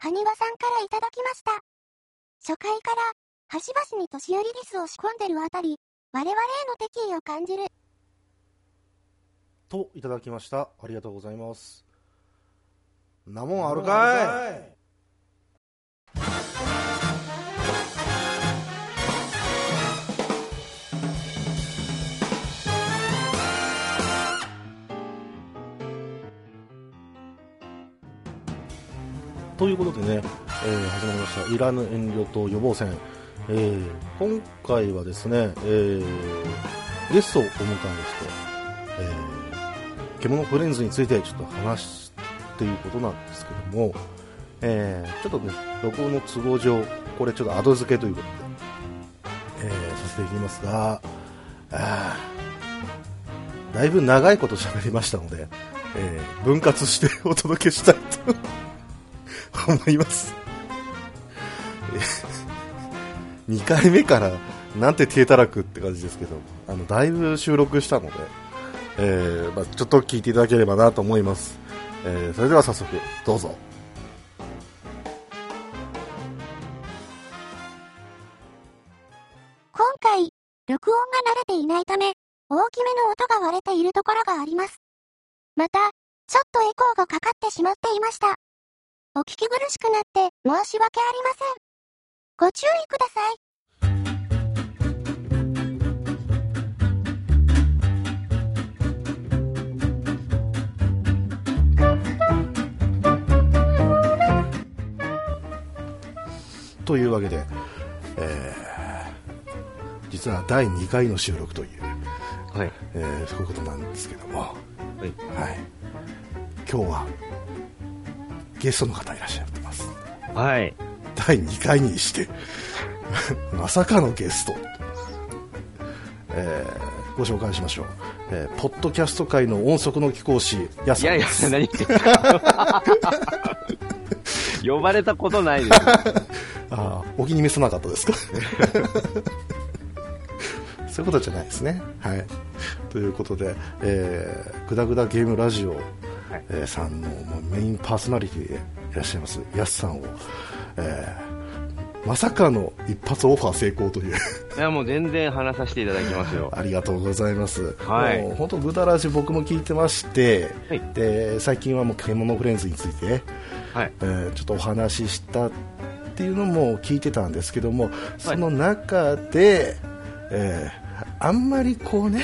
埴輪さんからいただきました。初回から端々に年寄りディスを仕込んでるあたり、我々への敵意を感じる。 といただきました。ありがとうございます。なもんあるかい。ということでね、始まりましたいらぬ遠慮と予防戦、今回はですね、ゲストをお迎えして、獣フレンズについてちょっと話すっていうことなんですけども、ちょっとね録音の都合上これちょっと後付けということで、させていきますが、だいぶ長いこと喋りましたので、分割してお届けしたいと思います。2回目からなんて手たらくって感じですけど、だいぶ収録したので、ちょっと聞いていただければなと思います。それでは早速どうぞ。 今回録音が慣れていないため大きめの音が割れているところがあります。またちょっとエコーがかかってしまっていました。お聞き苦しくなって申し訳ありません。ご注意ください。 というわけで、実は第2回の収録という、はい、そういうことなんですけども、はいはい、今日はゲストの方いらっしゃってます。はい。第2回にしてまさかのゲスト、ご紹介しましょう。ポッドキャスト界の音速の貴公子やすさんです。いやいや何言ってんすか呼ばれたことないですお気に召さなかったですかそういうことじゃないですね。はい。ということで、グダグダゲームラジオ、さんのメインパーソナリティでいらっしゃいますやすさんを、まさかの一発オファー成功という。 いやもう全然話させていただきますよ。 ありがとうございます。 はい。 もう本当グダラジ僕も聞いてまして、はい、で最近はもう獣フレンズについて、はい、ちょっとお話ししたっていうのも聞いてたんですけども、その中で、あんまりこうね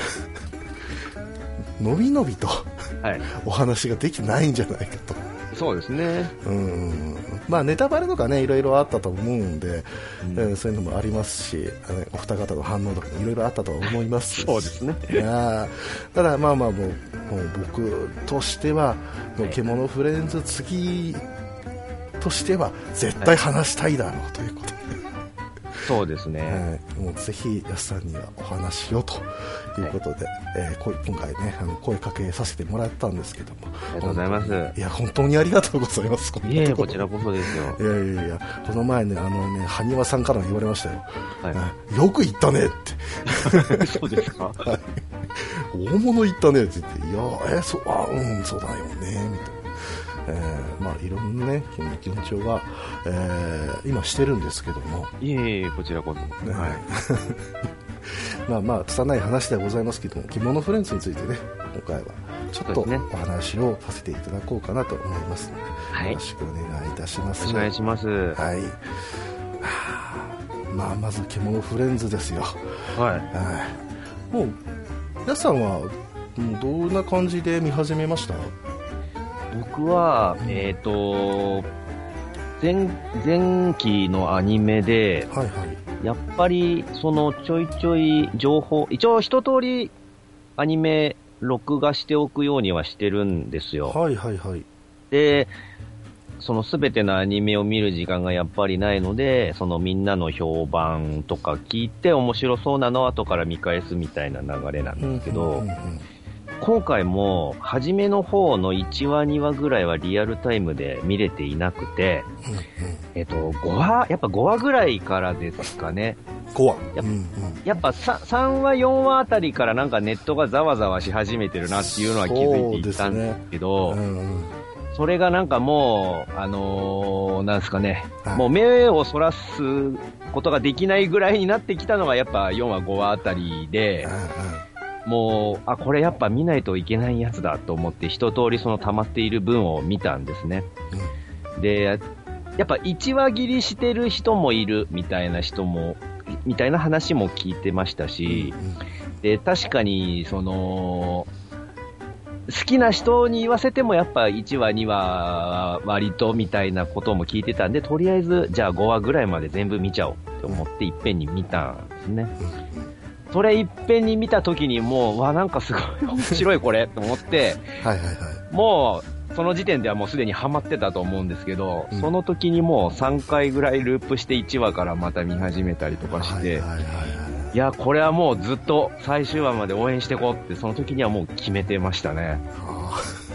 のびのびと、はい、お話ができてないんじゃないかと。 そうですね。 まあネタバレとかねいろいろあったと思うんで、そういうのもありますし、お二方の反応とかいろいろあったと思いますしそうですね。 ただまあもう僕としてはもう獣フレンズ次としては絶対話したいだろうということで、 そうですね、 もうぜひやすさんにはお話しようということで、今回ね声かけさせてもらったんですけども、 ありがとうございます。 いや本当にありがとうございます。 いえこちらこそですよ。 いやこの前ね埴輪さんからも言われましたよ、よく言ったねってそうですか、 大物言ったねって言って、いやそうだよねみたいな。まあいろんなね気持ちは、今してるんですけども、 いえこちらこそ、はいまあ拙い話ではございますけども、獣フレンズについてね今回はちょっとお話をさせていただこうかなと思いますので、はい、よろしくお願いいたします。 よろしくお願いします。 はい。まず獣フレンズですよ。はい。もう皆さんはどんな感じで見始めました？ 僕は前期のアニメで、はいはい、やっぱりそのちょいちょい情報、一応一通りアニメ録画しておくようにはしてるんですよ。 はいはいはい。 で、その全てのアニメを見る時間がやっぱりないので、そのみんなの評判とか聞いて面白そうなのを後から見返すみたいな流れなんですけど、今回も初めの方の1話2話ぐらいはリアルタイムで見れていなくて、5話、やっぱ5話ぐらいからですかね。 5話。 やっぱ3話4話あたりからなんかネットがざわざわし始めてるなっていうのは気づいていたんですけど、 それがなんかもう、なんですかね、もう目をそらすことができないぐらいになってきたのがやっぱ4話5話あたりで、もう、これやっぱ見ないといけないやつだと思って一通りその溜まっている分を見たんですね。で、やっぱ1話切りしてる人もいるみたいな話も聞いてましたし、で、確かに、好きな人に言わせてもやっぱ1話2話割とみたいなことも聞いてたんで、とりあえずじゃあ5話ぐらいまで全部見ちゃおうって思っていっぺんに見たんですね。それいっぺんに見た時にもうなんかすごい面白いこれと思ってもうその時点ではもうすでにハマってたと思うんですけど、その時にもう3回ぐらいループして1話からまた見始めたりとかして、いや、これはもうずっと最終話まで応援していこうってその時にはもう決めてましたね。も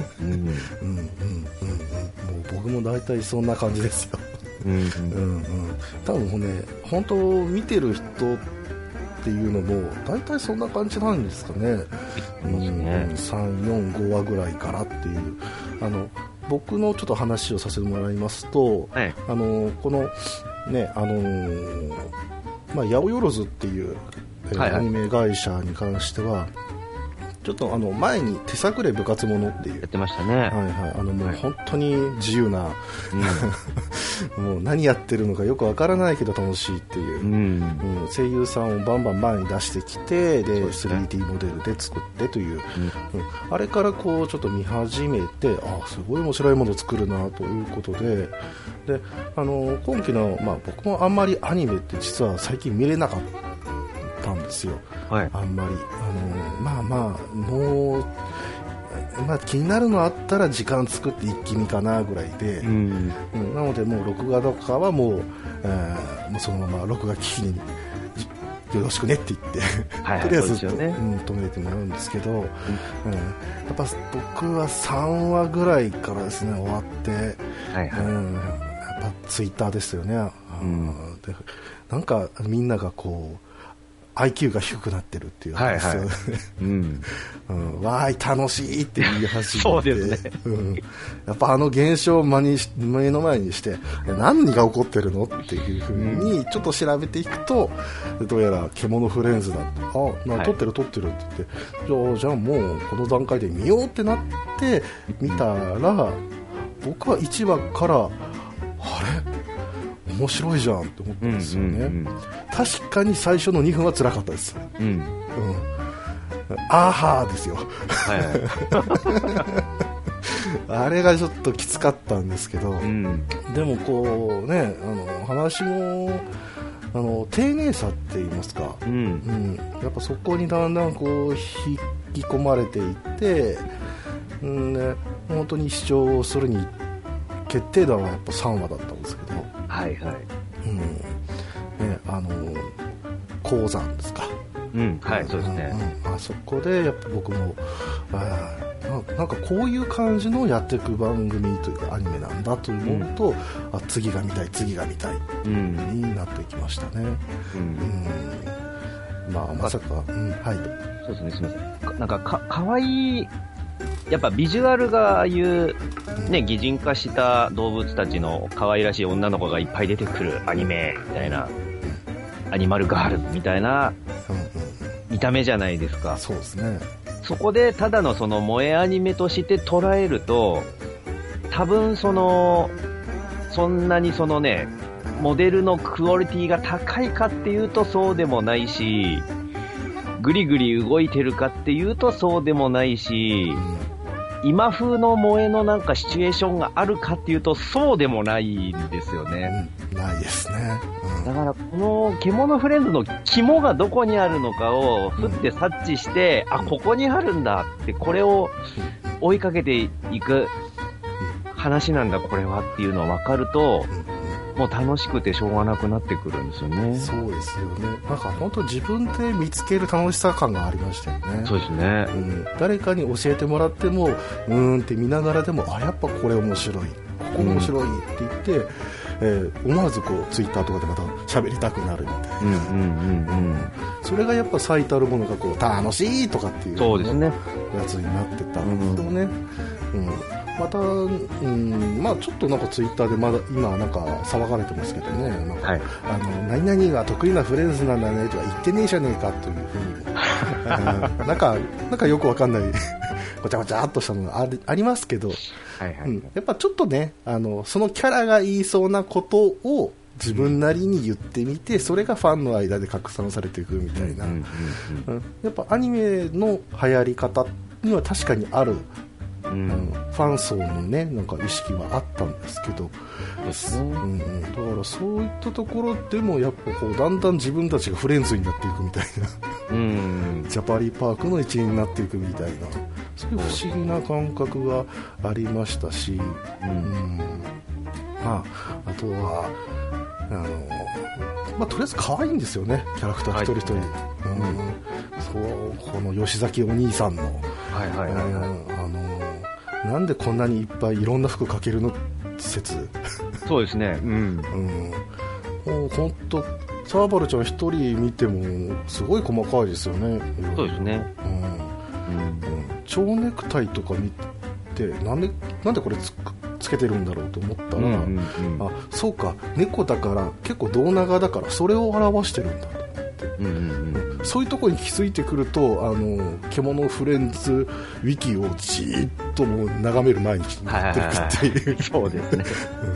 う僕も大体そんな感じですよ。多分ね、本当見てる人っていうのも大体そんな感じなんですかね。3、4、5話ぐらいからっていう、僕のちょっと話をさせてもらいますと、このね、八百万っていう、アニメ会社に関してはちょっと前に手探れ部活者っていうやってましたね。 もう本当に自由な、もう何やってるのかよくわからないけど楽しいっていう、声優さんをバンバン前に出してきて、で 3D モデルで作ってという、あれからこうちょっと見始めて、すごい面白いものを作るなということで、今期の、僕もあんまりアニメって実は最近見れなかったんですよ。あんまりもう、気になるのあったら時間作って一気見かなぐらいで、なのでもう録画とかはもうそのまま録画機器によろしくねって言ってとりあえず、止めてもらうんですけど、やっぱ僕は3話ぐらいからですね終わって、やっぱツイッターですよね。でなんかみんながこうIQ が低くなってるっていう話ですよね。わーい楽しいって言い始めて、 そうですね。 やっぱ現象を目の前にして何が起こってるのっていうふうにちょっと調べていくと、どうやら獣フレンズだと、撮ってるって言って、じゃあもうこの段階で見ようってなって見たら、僕は1話から面白いじゃんって思ったんですよね。確かに最初の2分は辛かったです。あはーですよ。あれがちょっときつかったんですけど、でもこうね、話の丁寧さって言いますか、やっぱそこにだんだんこう引き込まれていって、本当に視聴するに決定打はやっぱ3話だったんですけど、鉱山ですか。 そうですね。 あそこでやっぱ僕もなんかこういう感じのやっていく番組というかアニメなんだと思うと、次が見たいになってきましたね。まさか、 そうですね、すみません。なんかかわいい、やっぱビジュアルがああいうね、擬人化した動物たちの可愛らしい女の子がいっぱい出てくるアニメみたいな、アニマルガールみたいな見た目じゃないですか。 そうですね。 そこでただのその萌えアニメとして捉えると、多分そんなにそのね、モデルのクオリティが高いかっていうとそうでもないし、ぐりぐり動いてるかっていうとそうでもないし、今風の萌えのなんかシチュエーションがあるかっていうとそうでもないんですよね。 ないですね。 だからこの獣フレンズの肝がどこにあるのかをふって察知して、ここにあるんだって、これを追いかけていく話なんだこれはっていうのは分かると、もう楽しくてしょうがなくなってくるんですよね。 そうですよね。なんか本当自分で見つける楽しさ感がありましたよね。 そうですね。 誰かに教えてもらってもって見ながらでも、やっぱこれ面白い、ここ面白いって言って、思わずこうツイッターとかでまた喋りたくなるみたいな。それがやっぱ最たるものがこう楽しいとかっていう、 そうですね、 やつになってたんですけどね。 また、まあちょっとなんかツイッターでまだ今なんか騒がれてますけどね、なんか、はい、何々は得意なフレンズなんだねとか言ってねえじゃねえかというふうになんかよくわかんないごちゃごちゃっとしたのがありますけど、はいはい、やっぱちょっとね、そのキャラが言いそうなことを自分なりに言ってみて、それがファンの間で拡散されていくみたいな、やっぱアニメの流行り方には確かにある、ファン層のね、なんか意識はあったんですけど、だからそういったところでもやっぱこうだんだん自分たちがフレンズになっていくみたいな、ジャパリパークの一員になっていくみたいな、そういう不思議な感覚がありましたし、あとはとりあえず可愛いんですよね、キャラクター一人一人、そうこの吉崎お兄さんの、なんでこんなにいっぱいいろんな服描けるの説そうですね、 もう本当サーバルちゃん一人見てもすごい細かいですよね。 そうですね、 蝶ネクタイとか見てなんでこれつけてるんだろうと思ったら、あ、そうか、猫だから結構胴長だからそれを表してるんだと思って、そういうところに気づいてくると獣フレンズウィキをじーっともう眺める毎日になっていくっていう、 そうですね、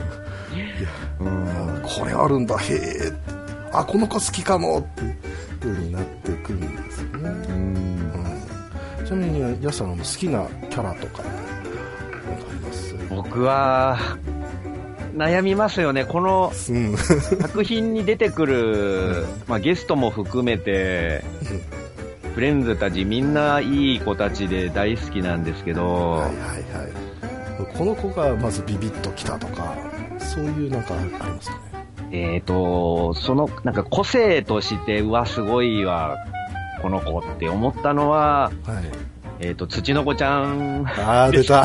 これあるんだ、へえ、あ、この子好きかもっていう風になっていくんですよね。ちなみにヤさん好きなキャラとかなんかあります？ 僕は悩みますよね、この作品に出てくる、ゲストも含めて、フレンズたちみんないい子たちで大好きなんですけど、 この子がまずビビッときたとか、そういうなんかありますかね。 そのなんか個性としてすごいわこの子って思ったのは、土の子ちゃん。 出た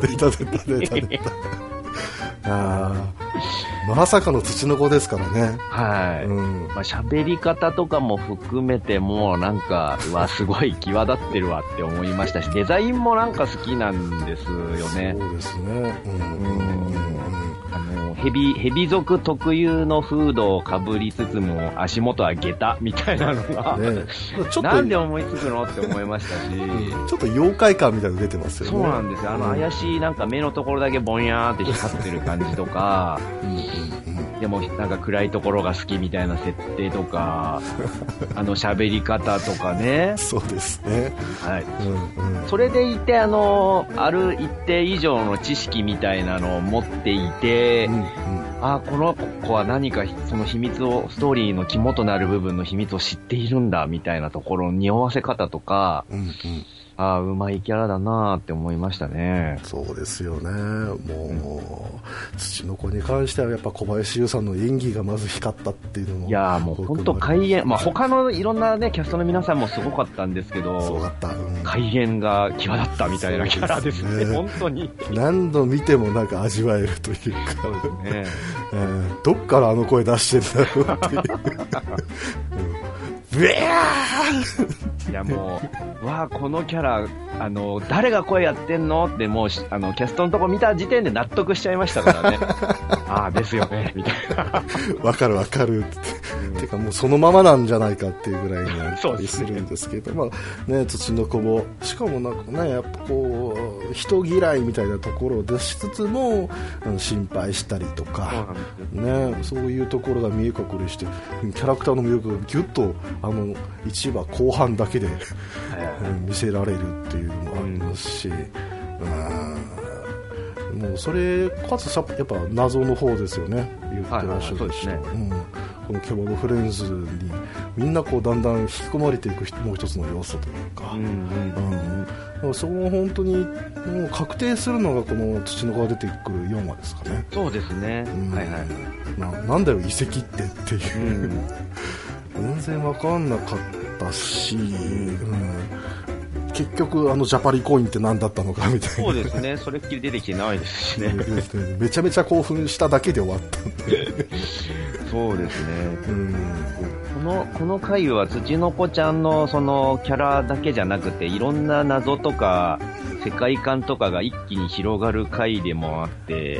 まさかの土の子ですからね。 喋り方とかも含めてもなんかすごい際立ってるわって思いましたし、デザインもなんか好きなんですよね。 そうですね。 ヘビ族特有のフードをかぶりつつも足元は下駄みたいなのが、なんで思いつくのって思いましたし、 ちょっと妖怪感みたいなの出てますよね。 そうなんですよ、怪しいなんか目のところだけぼんやーって光ってる感じとかでもなんか暗いところが好きみたいな設定とか喋り方とかね。 そうですね。 それでいてある一定以上の知識みたいなのを持っていて、この子は何かその秘密を、ストーリーの肝となる部分の秘密を知っているんだみたいなところの匂わせ方とか、うまいキャラだなって思いましたね。 そうですよね。もう、土の子に関してはやっぱ小林優さんの演技がまず光ったっていうのも。 いやもう本当怪演、他のいろんなねキャストの皆さんもすごかったんですけど、 そうだった、 怪演が際立ったみたいなキャラですね。本当に何度見てもなんか味わえるというか、 そうですね。 どっからあの声出してんだろうっていうブエーいやもうこのキャラ誰が声やってんのってもうキャストのとこ見た時点で納得しちゃいましたからね。ですよねみたいな。 わかるって、てかもうそのままなんじゃないかっていうぐらいになったりするんですけど、土の子もしかもなんかね、やっぱこう人嫌いみたいなところを出しつつも心配したりとかそういうところが見え隠れして、キャラクターの魅力がギュッと1話後半だけで見せられるっていうのもありますし、もうそれかつやっぱ謎の方ですよね、言ってらっしゃるでしょ。この獣フレンズにみんなこうだんだん引き込まれていくもう一つの要素というか、そこを本当にもう確定するのがこの土の子が出てくる4話ですかね。 そうですね。 なんだよ遺跡っていう、全然分かんなかったし、 結局ジャパリコインって何だったのかみたいな。 そうですね、それっきり出てきてないですしね。 めちゃめちゃ興奮しただけで終わったんでそうですね。この回は土の子ちゃんのそのキャラだけじゃなくて、いろんな謎とか世界観とかが一気に広がる回でもあって、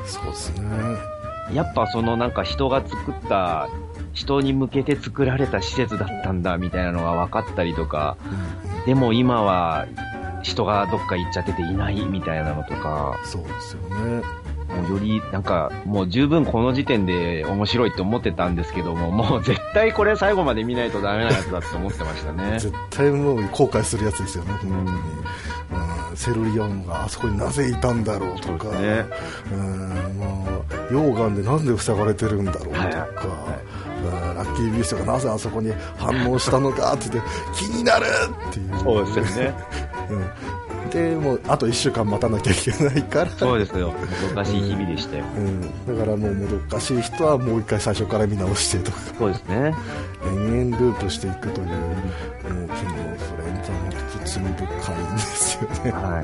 そうですね。 やっぱそのなんか人が作った人に向けて作られた施設だったんだみたいなのが分かったりとか、でも今は人がどっか行っちゃってていないみたいなのとか、 そうですよね。 もうよりなんかもう十分この時点で面白いって思ってたんですけども、もう絶対これ最後まで見ないとダメなやつだって思ってましたね。絶対もう後悔するやつですよね、本当に。セルリオンがあそこになぜいたんだろうとか、ね、もう溶岩でなんで塞がれてるんだろうとか、ラッキービーストがなぜあそこに反応したのかって言って気になるっていう。 そうですよね。 でもうあと1週間待たなきゃいけないから。 そうですよ、もどかしい日々でしたよ。 だからもうもどかしい人はもう一回最初から見直してとか。 そうですね。 延々ループしていくという、もうキングオブフレンズはもっと罪深いんですよね。はい。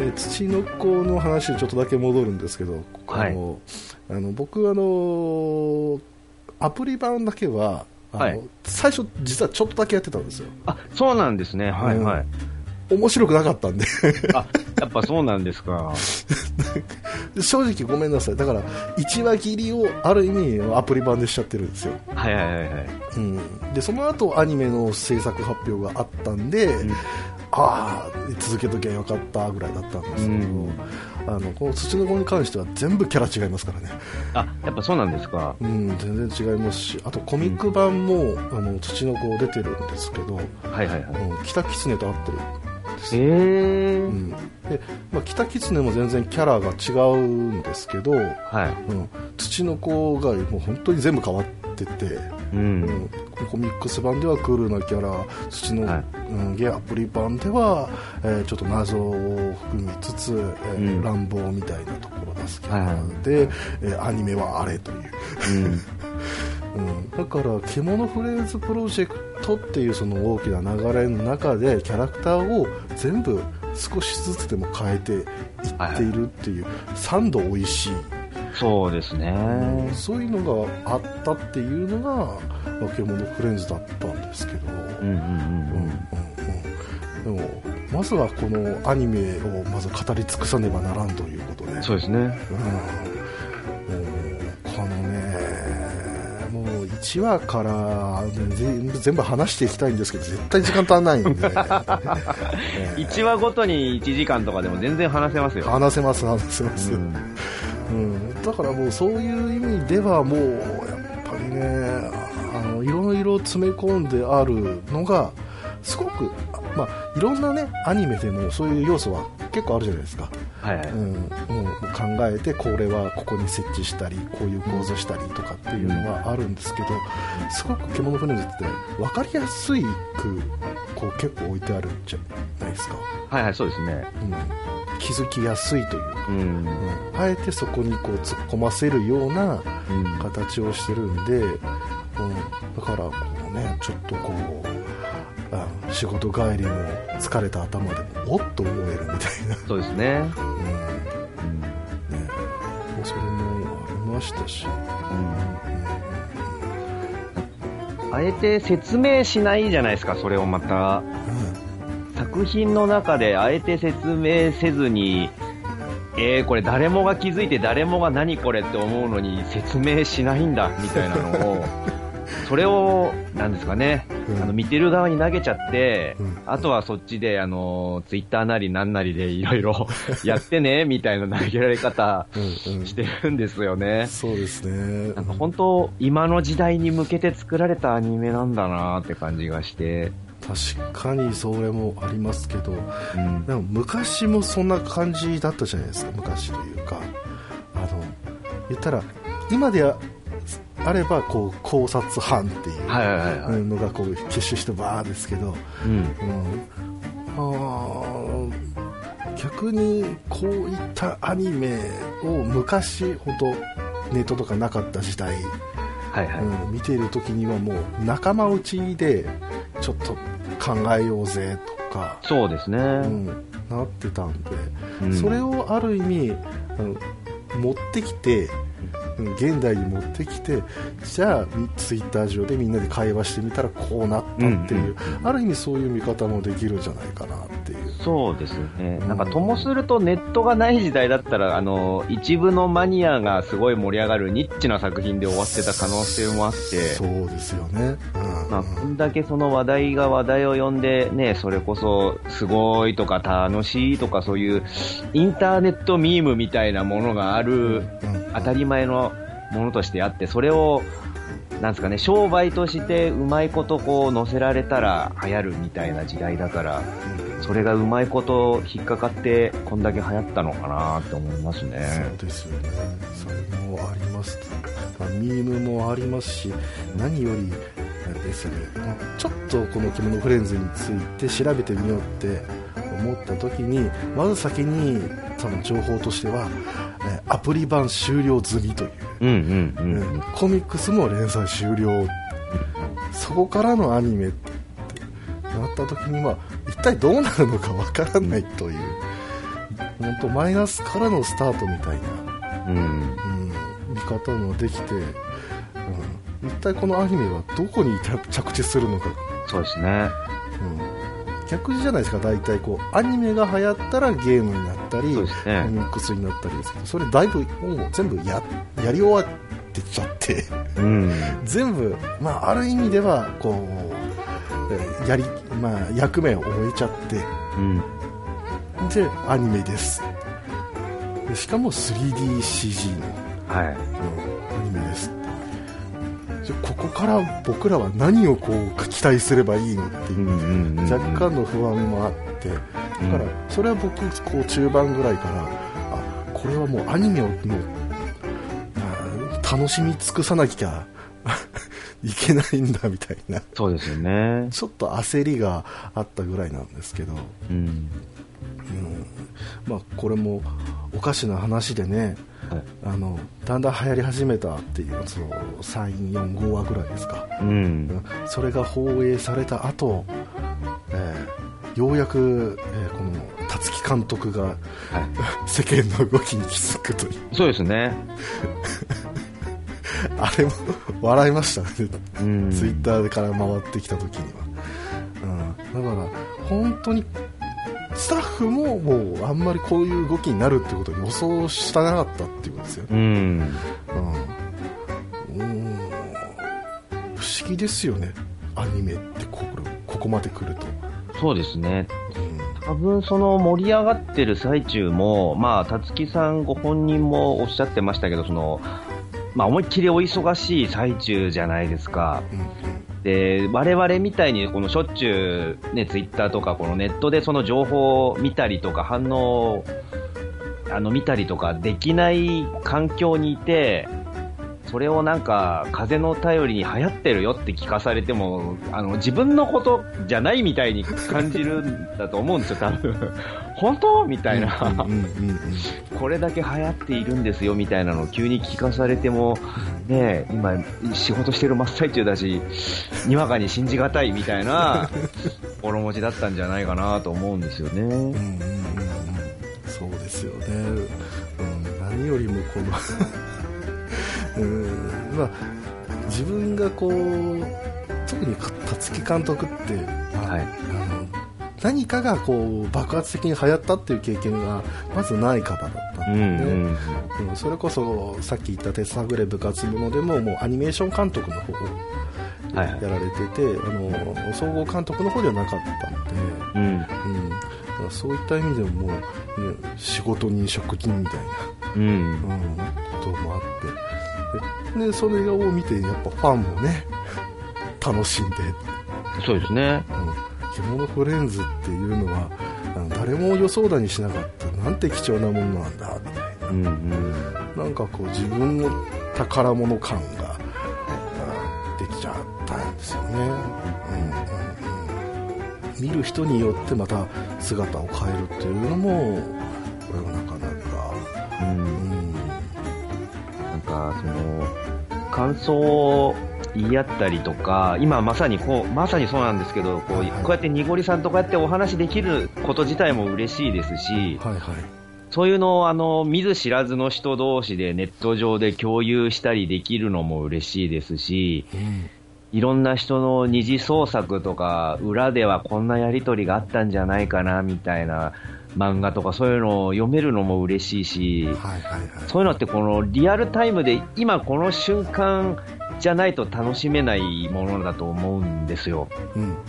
で土の子の話にちょっとだけ戻るんですけど、はい、僕アプリ版だけは最初実はちょっとだけやってたんですよ。 あ、そうなんですね。はいはい。 面白くなかったんであ、やっぱそうなんですか。 正直ごめんなさい。だから1話切りをある意味アプリ版でしちゃってるんですよ。 はいはいはいはい。 でその後アニメの制作発表があったんで、続けときゃよかったぐらいだったんですけど、この土の子に関しては全部キャラ違いますからね。 あ、やっぱそうなんですか。 全然違いますし、あとコミック版も、土の子出てるんですけど、 はいはいはい、 北狐と合ってるんです。で北狐も全然キャラが違うんですけど、土の子がもう本当に全部変わってて、コミックス版ではクールなキャラ、土のアプリ版では、ちょっと謎を含みつつ、乱暴みたいなところ出すキャラで、アニメはあれという、だから獣フレンズプロジェクトっていうその大きな流れの中でキャラクターを全部少しずつでも変えていっているっていう、3度美味しい、そうですね、そういうのがあったっていうのが獣フレンズだったんですけど、でもまずはこのアニメをまず語り尽くさねばならんということで、 そうですね、 このねもう1話から全部話していきたいんですけど絶対時間足んないんで 1話ごとに1時間とかでも全然話せますよ。 話せます、だからもうそういう意味ではもうやっぱりねいろいろ詰め込んであるのがすごく、いろんなねアニメでもそういう要素は結構あるじゃないですか。もう考えてこれはここに設置したりこういう構造したりとかっていうのがあるんですけど、すごく獣フレンズって分かりやすいこう結構置いてあるんじゃないですか。 はいはい、そうですね、 気づきやすいというか、あえてそこにこう突っ込ませるような形をしてるんで、だからこうねちょっとこう仕事帰りの疲れた頭でもおっと思えるみたいな。 そうですね、 それもありましたし、 あえて説明しないじゃないですか、それをまた、作品の中であえて説明せずに、これ誰もが気づいて誰もが何これって思うのに説明しないんだみたいなのをそれをなんですかね、見てる側に投げちゃって、あとはそっちでツイッターなりなんなりでいろいろやってねみたいな投げられ方してるんですよね。 そうですね。 なんか本当今の時代に向けて作られたアニメなんだなって感じがして。 確かにそれもありますけど、でも昔もそんな感じだったじゃないですか。昔というか言ったら今であればこう考察班っていうのがこう結集してバーですけど、逆にこういったアニメを昔本当ネットとかなかった時代、見ている時にはもう仲間内でちょっと考えようぜとか、 そうですね、 なってたんで、それをある意味持ってきて、現代に持ってきて、じゃあツイッター上でみんなで会話してみたらこうなったっていう、ある意味そういう見方もできるんじゃないかなっていう。 そうですね、なんかともするとネットがない時代だったら一部のマニアがすごい盛り上がるニッチな作品で終わってた可能性もあって、 そうですよね、 まあ、こんだけその話題が話題を呼んで、ね、それこそすごいとか楽しいとかそういうインターネットミームみたいなものがある、当たり前のものとしてあって、それをなんですかね、商売としてうまいことこう載せられたら流行るみたいな時代だから、それがうまいこと引っかかってこんだけ流行ったのかなと思いますね。 そうですよね、それもあります、ミームもありますし、何よりですね、ちょっとこの着物フレンズについて調べてみようって思った時に、まず先にその情報としてはアプリ版終了済みという、コミックスも連載終了、そこからのアニメってなった時には一体どうなるのかわからないという、本当マイナスからのスタートみたいな、見方もできて、一体このアニメはどこに着地するのか。 そうですね、 逆じゃないですか、大体こうアニメが流行ったらゲームになったり、コミックスになったりですけど、それだいぶもう全部 やり終わってちゃって、全部、ある意味ではこう役目を終えちゃって、でアニメです。でしかも 3DCG の、アニメです。ここから僕らは何をこう期待すればいいのっていう若干の不安もあって、だからそれは僕こう中盤ぐらいからこれはもうアニメをもう楽しみ尽くさなきゃいけないんだみたいな、 そうですよね、 ちょっと焦りがあったぐらいなんですけど、これもおかしな話でね、だんだん流行り始めたっていうその3、4、5話ぐらいですか、それが放映された後、ようやく、この辰木監督が、世間の動きに気づくという、 そうですねあれも笑いましたね、ツイッターから回ってきた時には、だから本当にスタッフももうあんまりこういう動きになるってことに予想してなかったっていうことですよね。不思議ですよね、アニメってここまで来ると。 そうですね、多分その盛り上がってる最中も、辰木さんご本人もおっしゃってましたけど、その思いっきりお忙しい最中じゃないですか。で我々みたいにこのしょっちゅう、ツイッターとかこのネットでその情報を見たりとか反応を見たりとかできない環境にいて、それをなんか風の便りに流行ってるよって聞かされても自分のことじゃないみたいに感じるんだと思うんですよ多分本当みたいなこれだけ流行っているんですよみたいなのを急に聞かされてもね、今仕事してる真っ最中だしにわかに信じがたいみたいな心持ちだったんじゃないかなと思うんですよね。 そうですよね、何よりもこの自分がこう特に辰木監督って、何かがこう爆発的に流行ったっていう経験がまずない方だったんで、ね、それこそさっき言った手探れ部活者でも、もうアニメーション監督の方をやられてて、総合監督の方ではなかったので、そういった意味でももう、仕事人職人みたいな、こともあってでそれを見てやっぱファンもね楽しんで、 そうですね、 着物フレンズっていうのは誰も予想だにしなかったなんて貴重なものなんだみたいな、なんかこう自分の宝物感ができちゃったんですよね、見る人によってまた姿を変えるっていうのもこれはなかなか、 なんかその感想を言い合ったりとか、今まさにそうなんですけど、こうやってにごりさんとこうやってお話できること自体も嬉しいですし、はいはい、そういうのを見ず知らずの人同士でネット上で共有したりできるのも嬉しいですし、いろんな人の二次創作とか裏ではこんなやり取りがあったんじゃないかなみたいな漫画とかそういうのを読めるのも嬉しいし、はいはいはい、そういうのってこのリアルタイムで今この瞬間じゃないと楽しめないものだと思うんですよ、うんうんうん、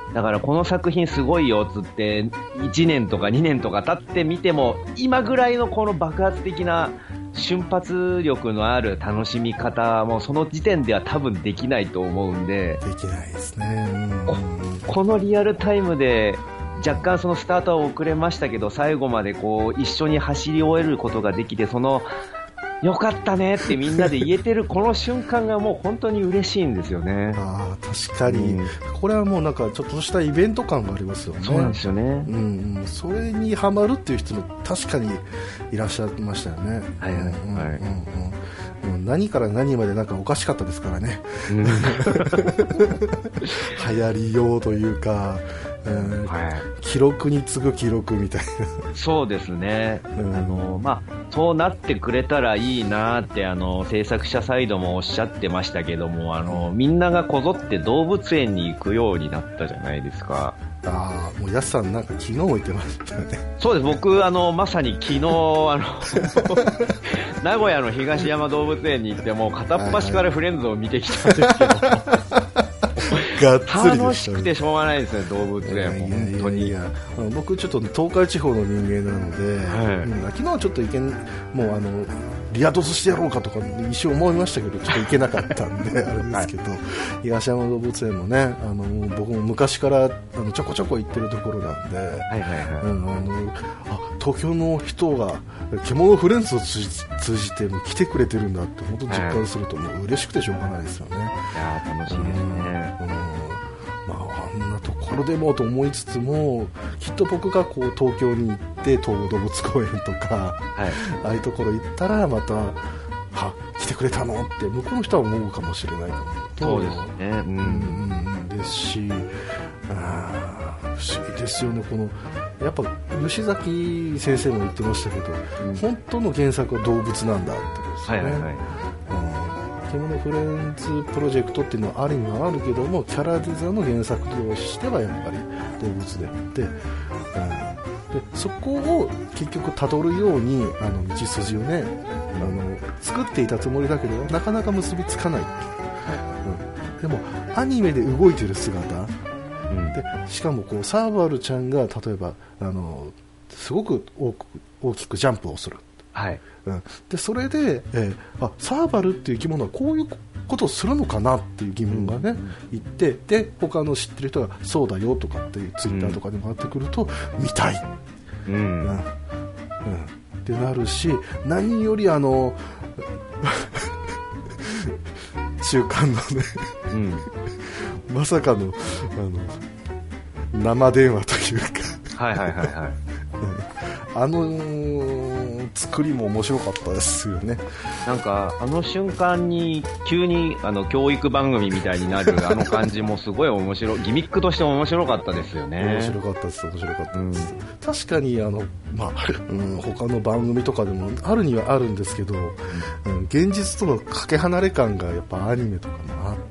だからこの作品すごいよっつって1年とか2年とか経ってみても今ぐらいのこの爆発的な瞬発力のある楽しみ方もその時点では多分できないと思うんで、 できないですね、 このリアルタイムで若干そのスタートは遅れましたけど最後までこう一緒に走り終えることができて、そのよかったねってみんなで言えてるこの瞬間がもう本当に嬉しいんですよね。 あ、確かに、これはもうなんかちょっとしたイベント感がありますよね。 そうなんですよね、 うんうん、それにハマるっていう人も確かにいらっしゃいましたよね。はいはいはい、何から何までなんかおかしかったですからね、流行りようというか、記録に次ぐ記録みたいな。 そうですね、そうなってくれたらいいなって制作者サイドもおっしゃってましたけども、みんながこぞって動物園に行くようになったじゃないですか。 ああ、もうやすさんなんか昨日言ってましたよね。 そうです、僕まさに昨日名古屋の東山動物園に行っても片っ端からフレンズを見てきたんですけど、 がっつりでしたね。 楽しくてしょうがないですね、動物園。本当に。 僕ちょっと東海地方の人間なので、昨日はちょっともうリア突してやろうかとか一瞬思いましたけど、ちょっと行けなかったんであれですけど、東山動物園もね、僕も昔からちょこちょこ行ってるところなんで、東京の人が獣フレンズを通じて来てくれてるんだって本当に実感するともう嬉しくてしょうがないですよね。 いや楽しいですね。 あんなところでもと思いつつも、きっと僕がこう東京に行って東武動物公園とか、ああいうところ行ったらまた来てくれたのって向こうの人は思うかもしれないと思うと、 そうですね、 ですし、不思議ですよね。このやっぱ吉崎先生も言ってましたけど、本当の原作は動物なんだってことですよね。獣フレンズプロジェクトっていうのはあるにはあるけども、キャラデザの原作としてはやっぱり動物であって、でそこを結局たどるように道筋をね、作っていたつもりだけどなかなか結びつかない、でもアニメで動いてる姿、でしかもこうサーバルちゃんが例えばすごく大きくジャンプをする、でそれで、サーバルっていう生き物はこういうことをするのかなっていう疑問がね、言ってで他の知ってる人がそうだよとかっていうツイッターとかで回ってくると、見たい、ってなるし、何より中間のね、まさかの生電話というか作りも面白かったですよね。 なんか瞬間に急に教育番組みたいになる感じもすごい面白い、ギミックとして面白かったですよね。 面白かったです、確かに他の番組とかでもあるにはあるんですけど、現実とのかけ離れ感がやっぱアニメとかもあって、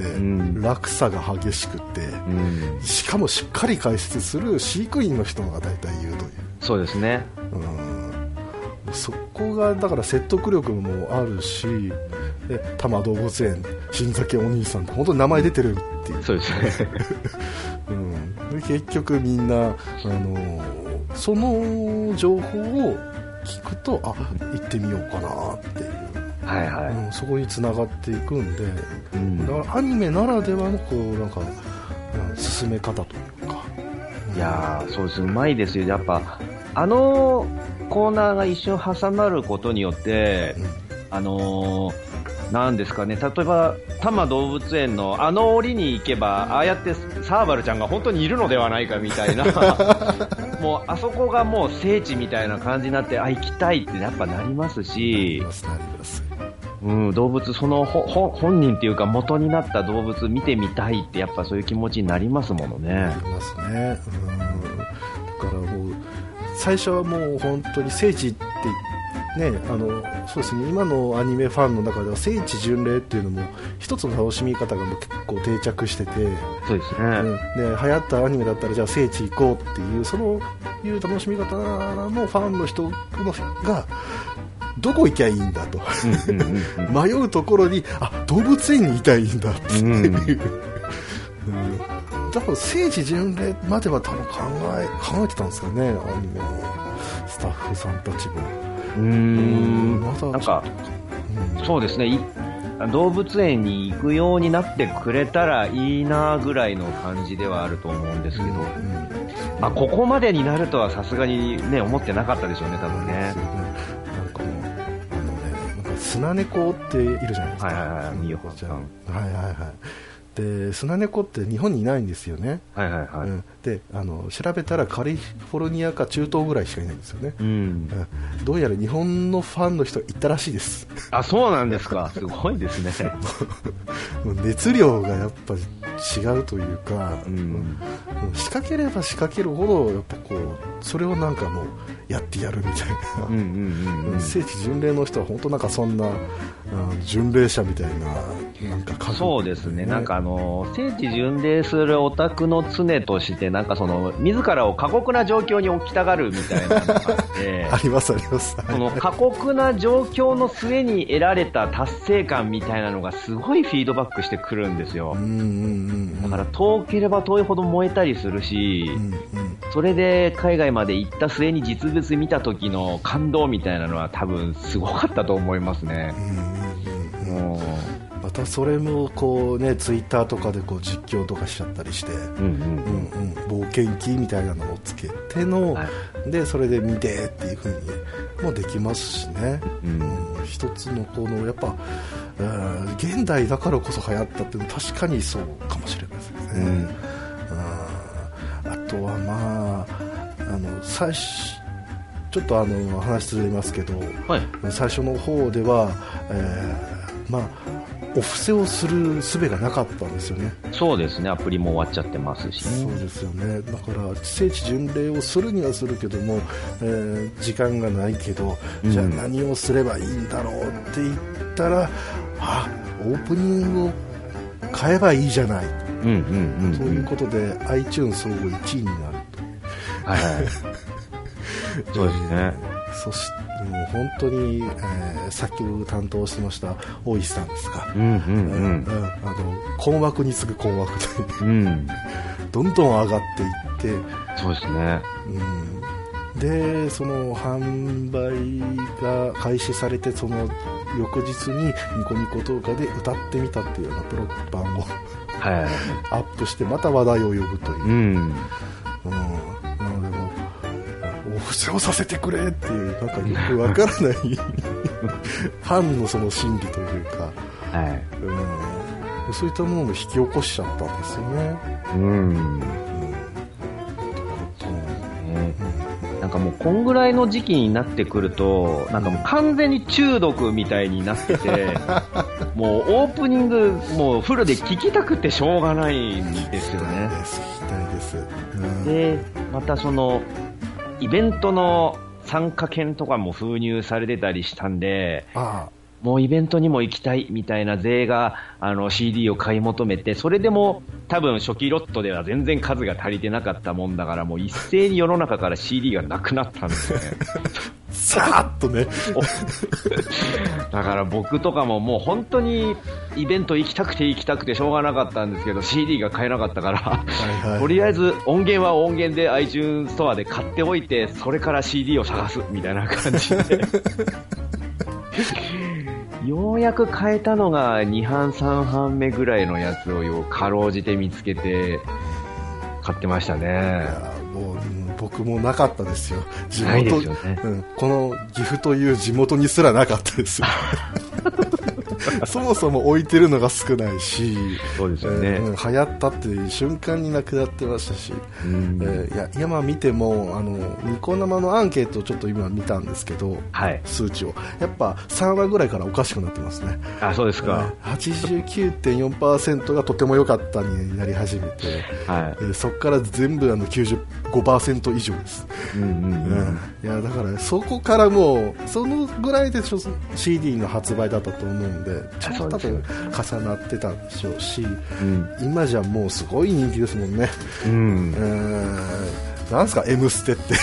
落差が激しくて、しかもしっかり解説する飼育員の人が大体言うという。 そうですね、 そこがだから説得力もあるし、多摩動物園新崎お兄さんって本当に名前出てるっていう、 そうですね、 で結局みんなその情報を聞くと行ってみようかなっていう、そこに繋がっていくんで、だからアニメならではのこうなんか進め方というか、 いやそうです、うまいですよ。やっぱコーナーが一瞬挟まることによって、なんですかね、例えば多摩動物園の檻に行けばああやってサーバルちゃんが本当にいるのではないかみたいなもうあそこがもう聖地みたいな感じになって、行きたいってやっぱなりますし、 動物、その本人っていうか元になった動物見てみたいってやっぱそういう気持ちになりますものね。 なりますね。だからもう最初はもう本当に聖地ってね、そうですね、今のアニメファンの中では聖地巡礼っていうのも一つの楽しみ方がもう結構定着してて、 そうですね、 で流行ったアニメだったらじゃあ聖地行こうっていうそういう楽しみ方のファンの人がどこ行きゃいいんだと迷うところに動物園にいたいんだっていう、多分聖地巡礼までは多分考えてたんですかね、アニメのスタッフさんたちも。 なんか、そうですね、動物園に行くようになってくれたらいいなぐらいの感じではあると思うんですけど、ここまでになるとはさすがにね思ってなかったでしょうね、多分ね。 なんかスナネコっているじゃないですか。 ミヨホちゃん。 でスナネコって日本にいないんですよね。で調べたらカリフォルニアか中東ぐらいしかいないんですよね。どうやら日本のファンの人いたらしいです。 そうなんですか。すごいですね。 熱量がやっぱ違うというか、仕掛ければ仕掛けるほどやっぱこうそれをなんかもうやってやるみたいな、聖地巡礼の人は本当なんかそんな巡礼者みたいななんか感じ、 そうですね、なんか聖地巡礼するオタクの常としてなんかその自らを過酷な状況に置きたがるみたいなのがあってありますあります。 その過酷な状況の末に得られた達成感みたいなのがすごいフィードバックしてくるんですよ。だから遠ければ遠いほど燃えたりするし、それで海外まで行った末に実物見た時の感動みたいなのは多分すごかったと思いますね。 またそれもこうねツイッターとかでこう実況とかしちゃったりして、冒険記みたいなのをつけての、でそれで見てっていう風にもできますしね、一つのこのやっぱ現代だからこそ流行ったっていうのは確かにそうかもしれないですね。あとは最初ちょっと話ずれますけど、最初の方では、お布施をする術がなかったんですよね。 そうですね、アプリも終わっちゃってますし、 そうですよね。だから聖地巡礼をするにはするけども、時間がないけど、じゃあ何をすればいいんだろうって言ったら、オープニングを買えばいいじゃない、ということで iTunes 総合1位になると。 そうですね。 そしてもう本当に、作曲担当してました大石さんですが、困惑に次ぐ困惑という、どんどん上がっていって、 そうですね。 でその販売が開始されてその翌日にニコニコ動画で歌ってみたっていうようなプロ版をアップしてまた話題を呼ぶという、なのでもうお布施をさせてくれっていうなんかよくわからないファンのその心理というか、そういったものを引き起こしちゃったんですよね。 なんかもうこんぐらいの時期になってくるとなんかもう完全に中毒みたいになっててもうオープニングもうフルで聴きたくてしょうがないんですよね。 聞きたいです。 でまたそのイベントの参加券とかも封入されてたりしたんで、もうイベントにも行きたいみたいな勢がCD を買い求めて、それでも多分初期ロットでは全然数が足りてなかったもんだから、もう一斉に世の中から CD がなくなったんですよね。 さーっとね。 だから僕とかももう本当にイベント行きたくてしょうがなかったんですけど CD が買えなかったから、とりあえず音源は音源で iTunes ストアで買っておいて、それから CD を探すみたいな感じでようやく買えたのが2版3版目ぐらいのやつをかろうじて見つけて買ってましたね。 もう僕もなかったですよ。地元ないですよね。 この岐阜という地元にすらなかったですよ。 そもそも置いてるのが少ないし、 そうですよね、 流行ったっていう瞬間になくなってましたし、今見てもニコ生のアンケートをちょっと今見たんですけど、はい、数値をやっぱ3話ぐらいからおかしくなってますね。 あ、そうですか。 89.4% がとても良かったになり始めて、はい、そこから全部95% 以上です。いやだからそこからもうそのぐらいでCD の発売だったと思うんで、ちょっと多分重なってたんでしょうし、今じゃもうすごい人気ですもんね。なんすか M ステって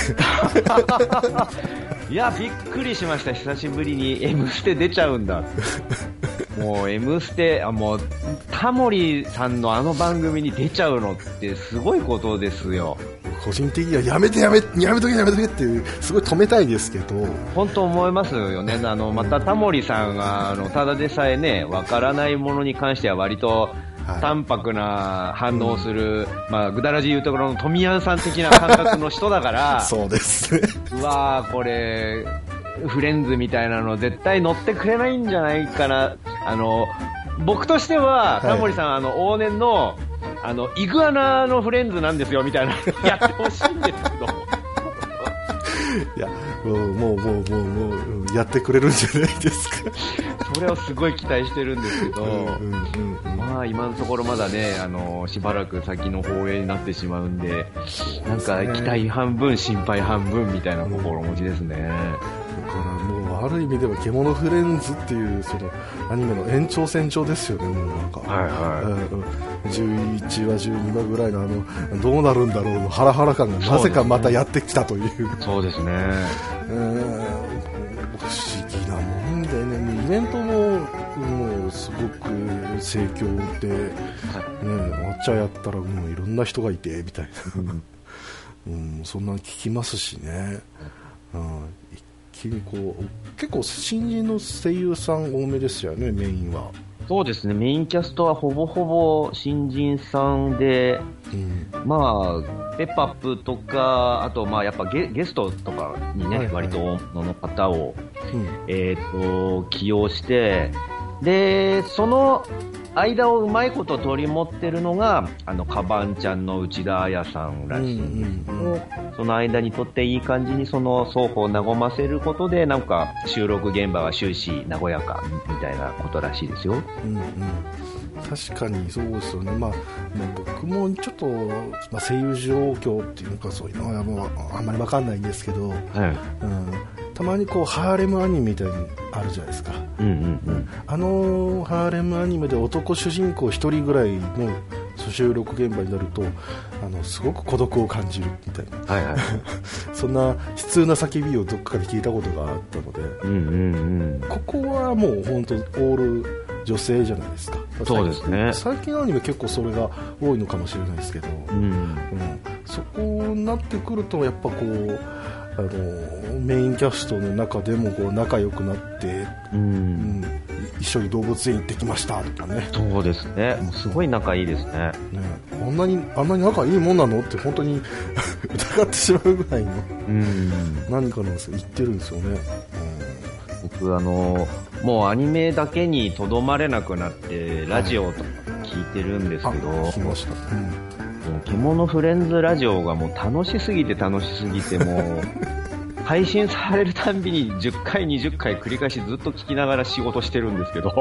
いやびっくりしました。久しぶりに M ステ出ちゃうんだもう M ステもうタモリさんのあの番組に出ちゃうのってすごいことですよ。 個人的にはやめとけっていうすごい止めたいですけど、 本当思いますよね。またタモリさんがただでさえね、わからないものに関しては割と淡白な反応する、ぐだらじ言うところの富谷さん的な感覚の人だからそうですね。 うわーこれフレンズみたいなの絶対乗ってくれないんじゃないかな。僕としてはタモリさん、往年のイグアナのフレンズなんですよみたいなやってほしいんですけどいやもうやってくれるんじゃないですかそれをすごい期待してるんですけど、今のところまだね、しばらく先の放映になってしまうんで、なんか期待半分心配半分みたいな心持ちですね。 だからもうある意味では獣フレンズっていうそのアニメの延長線上ですよね。もうなんか、11話12話ぐらいのどうなるんだろうのハラハラ感がなぜかまたやってきたという。 そうですね。 不思議なもんでね。イベントももうすごく盛況で、わっちゃやったらもういろんな人がいてみたいな、そんなの聞きますしね。一気に結構新人の声優さん多めですよね、メインは。 そうですね、メインキャストはほぼほぼ新人さんで、ペッパップとか、あとやっぱゲストとかにね、割と大物の方を、起用して、でその間をうまいこと取り持ってるのがカバンちゃんの内田彩さんらしいんですけど、その間にとっていい感じにその双方を和ませることで、なんか収録現場は終始和やかみたいなことらしいですよ。 確かにそうですよね。僕もちょっと、声優状況っていうかそういうのはあんまり分かんないんですけど、たまにハーレムアニメみたいにあるじゃないですか。ハーレムアニメで男主人公1人ぐらいの収録現場になるとすごく孤独を感じるみたいな、そんな悲痛な叫びをどっかで聞いたことがあったので、ここはもう本当オール女性じゃないですか。 そうですね。 最近のアニメ結構それが多いのかもしれないですけど、そこになってくるとやっぱメインキャストの中でも仲良くなって、一緒に動物園行ってきましたとかね。 そうですね。もうすごい仲いいですね。 あんなに仲いいもんなのって本当に疑ってしまうぐらいの何かの言ってるんですよね。 僕もうアニメだけにとどまれなくなってラジオとか聞いてるんですけど、 聞きました。 獣フレンズラジオがもう楽しすぎてもう配信されるたんびに10回20回繰り返しずっと聞きながら仕事してるんですけど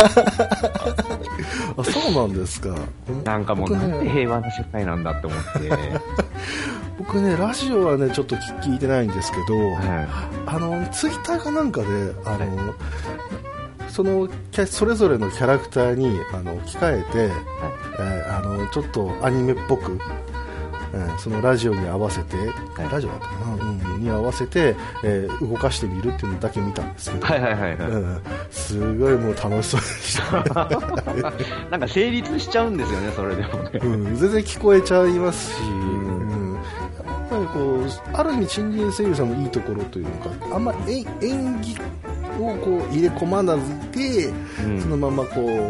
そうなんですか。 なんかもうなんて平和な世界なんだって思って僕ね、ラジオはねちょっと聞いてないんですけど、ツイッターかなんかでそれぞれのキャラクターに着替えて、ちょっとアニメっぽく、そのラジオに合わせて、ラジオだったかな、に合わせて、動かしてみるっていうのだけ見たんですけど、すごいもう楽しそうでしたなんか成立しちゃうんですよね、それでもね。 全然聞こえちゃいますし、やっぱりある意味新人声優さんのいいところというのか、あんまり演技を入れ込まないで、そのまま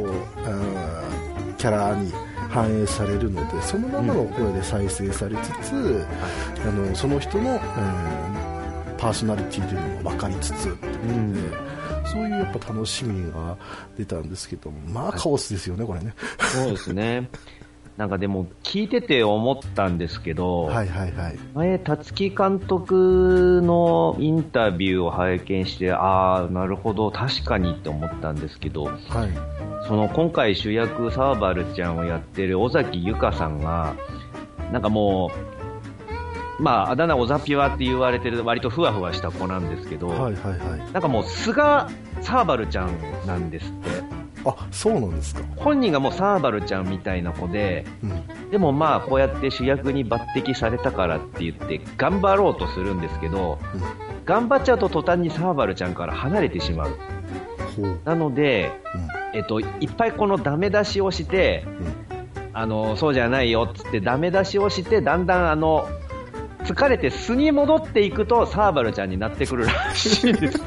キャラに反映されるので、そのままの声で再生されつつ、その人の、パーソナリティというのも分かりつつっていうので、 そういうやっぱ楽しみが出たんですけど、まあカオスですよね、これね。 そうですね。なんかでも聞いてて思ったんですけど、 はいはいはい、 前、辰木監督のインタビューを拝見して、ああ、なるほど、確かにって思ったんですけど、はい、その今回主役サーバルちゃんをやってる尾崎由香さんが、なんかもう、まあ、あだ名オザピワって言われてる割とふわふわした子なんですけど、はいはいはい、なんかもう素がサーバルちゃんなんですって。 あ、そうなんですか。 本人がもうサーバルちゃんみたいな子で、うん、でもまあこうやって主役に抜擢されたからって言って頑張ろうとするんですけど、うん、頑張っちゃうと途端にサーバルちゃんから離れてしまう。なので、うん、いっぱいこのダメ出しをして、うん、そうじゃないよっつってダメ出しをして、だんだん疲れて素に戻っていくとサーバルちゃんになってくるらしいです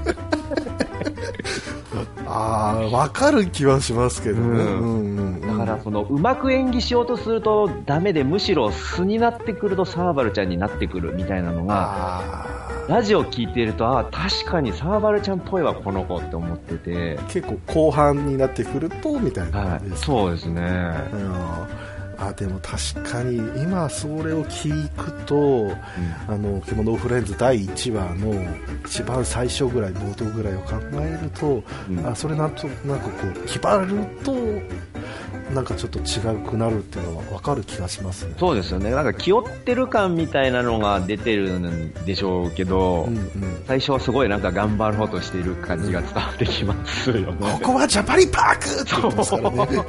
わかる気はしますけどね、 だからうまく演技しようとするとダメで、むしろ素になってくるとサーバルちゃんになってくるみたいなのがラジオ聞いていると、確かにサーバルちゃんっぽいわこの子って思ってて、 結構後半になってくるとみたいな感じです、 そうですね、 でも確かに今それを聞くと、獣フレンズ第1話の一番最初ぐらい、冒頭ぐらいを考えると、それなんとなくこう決まるとなんかちょっと違くなるっていうのは分かる気がしますね。 そうですよね。なんか気負ってる感みたいなのが出てるんでしょうけど、最初はすごいなんか頑張ろうとしている感じが伝わってきますよね。 ここはジャパリパークって言ってますからね。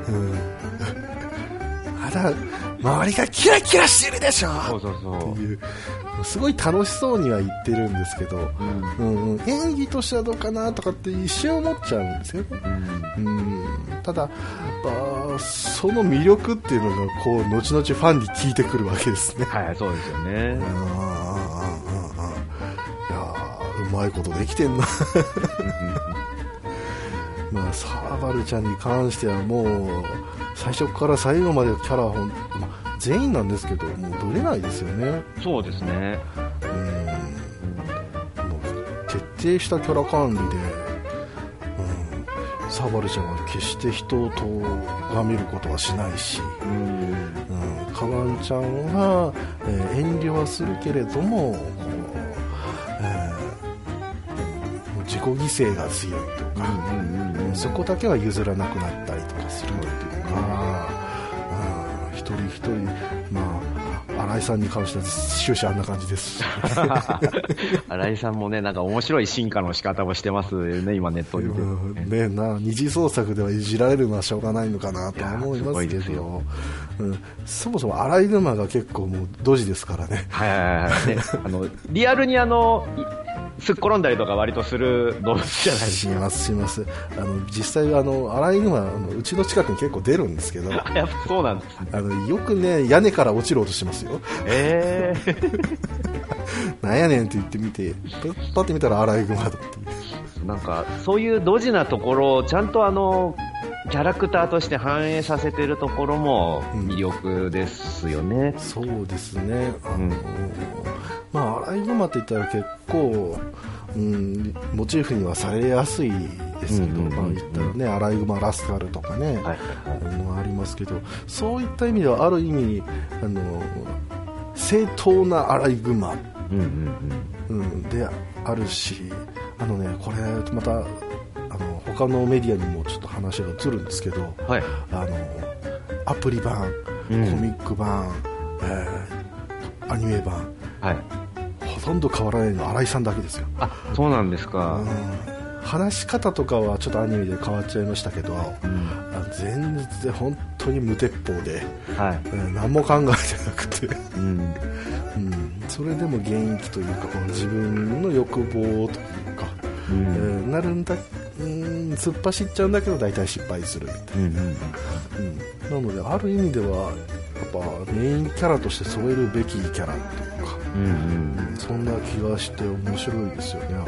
周りがキラキラしてるでしょっていう、すごい楽しそうには言ってるんですけど、演技としてはどうかなとかって一瞬思っちゃうんですよね。ただその魅力っていうのがこう後々ファンに効いてくるわけですね。 はい、そうですよね。いやうまいことできてんな。サーバルちゃんに関してはもう最初から最後までキャラ全員なんですけど、もうぶれないですよね。 そうですね。 もう徹底したキャラ管理で、サーバルちゃんは決して人を咎めることはしないし、カバンちゃんは、遠慮はするけれども、自己犠牲が強いとか、そこだけは譲らなくなったりとかするっていうか、一人一人、新井さんに関しては終始あんな感じですし新井さんもね、なんか面白い進化の仕方をしてますよね、今ネットで、 二次創作ではいじられるのはしょうがないのかなと思いますけど、そもそもアライグマが結構もうドジですからね。 リアルにすっ転んだりとか割とする動物じゃないですか。 します実際アライグマうちの近くに結構出るんですけどやっぱそうなんですね。 よくね屋根から落ちろうとしてますよ。なんやねんって言ってみてパッて見たらアライグマだっていう。 なんかそういうドジなところをちゃんとキャラクターとして反映させてるところも魅力ですよね。 そうですね。アライグマって言ったら結構、モチーフにはされやすいですけど、言ったらね、アライグマラスカルとかね、ありますけど、そういった意味ではある意味正当なアライグマ、であるし、これまた他のメディアにもちょっと話が移るんですけど、アプリ版、コミック版、アニメ版、ほとんど変わらないのは新井さんだけですよ。 そうなんですか。 話し方とかはちょっとアニメで変わっちゃいましたけど、全然本当に無鉄砲で、何も考えてなくて、それでも元気というか自分の欲望というか、なるんだ、突っ走っちゃうんだけど大体失敗するみたいな、なのである意味ではやっぱメインキャラとして添えるべきキャラっていうか、そんな気がして面白いですよね。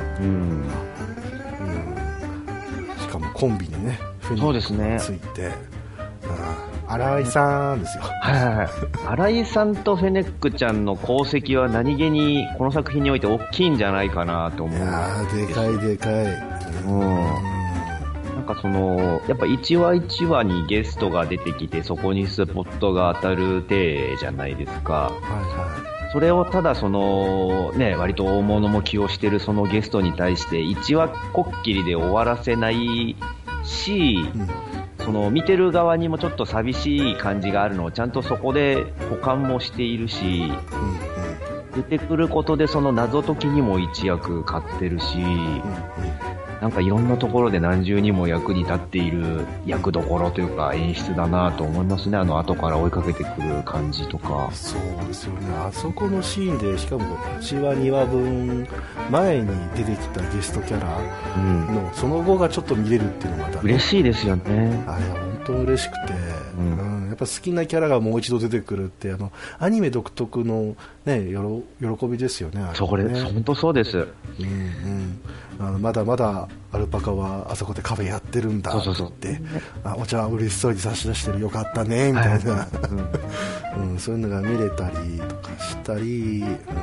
しかもコンビにねフェニックスがついて、新井さんですよ。 新井さんとフェネックちゃんの功績は何気にこの作品において大きいんじゃないかなと思う。 でかいでかい。 なんかやっぱ一話一話にゲストが出てきて、そこにスポットが当たる体じゃないですか。それをただ割と大物も起用してるそのゲストに対して一話こっきりで終わらせないし、見てる側にもちょっと寂しい感じがあるのをちゃんとそこで補完もしているし、出てくることでその謎解きにも一役買ってるし、なんかいろんなところで何重にも役に立っている役どころというか演出だなと思いますね。後から追いかけてくる感じとか。 そうですよね。あそこのシーンで、しかも1話2話分前に出てきたゲストキャラのその後がちょっと見れるっていうのがまた、 嬉しいですよね。 あれは本当嬉しくて、やっぱ好きなキャラがもう一度出てくるってアニメ独特の、ね、喜びですよね。 それ本当そうです。 まだまだアルパカはあそこでカフェやってるんだって言って、お茶嬉しそうに差し出してる、よかったねみたいな、そういうのが見れたりとかしたり、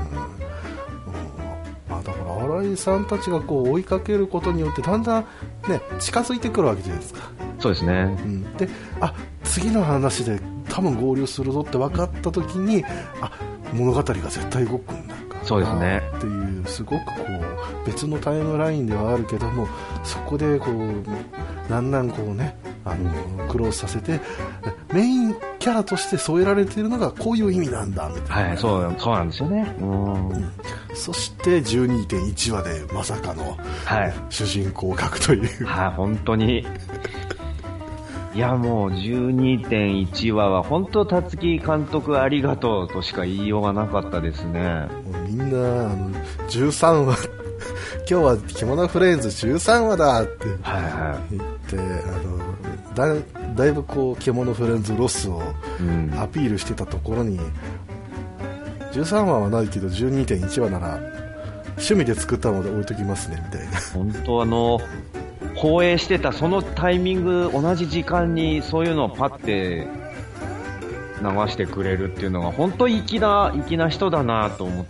だから新井さんたちが追いかけることによってだんだん、ね、近づいてくるわけじゃないですか。 そうですね。 で、次の話で多分合流するぞって分かった時に、物語が絶対動くんだから、 そうですね。 っていうすごく別のタイムラインではあるけども、そこでだんだんね、クロスさせてメインキャラとして添えられているのがこういう意味なんだみたいな。 そうなんですよね。 そして 12.1 話でまさかの主人公格という、 本当にいやもう 12.1 話は本当辰木監督ありがとうとしか言いようがなかったですね。 もうみんな13話今日は着物フレンズ13話だって言って、だいぶ獣フレンズロスをアピールしてたところに、13話はないけど 12.1 話なら趣味で作ったので置いときますねみたいな。 本当放映してたそのタイミング、同じ時間にそういうのをパッて流してくれるっていうのが本当粋な人だなと思って、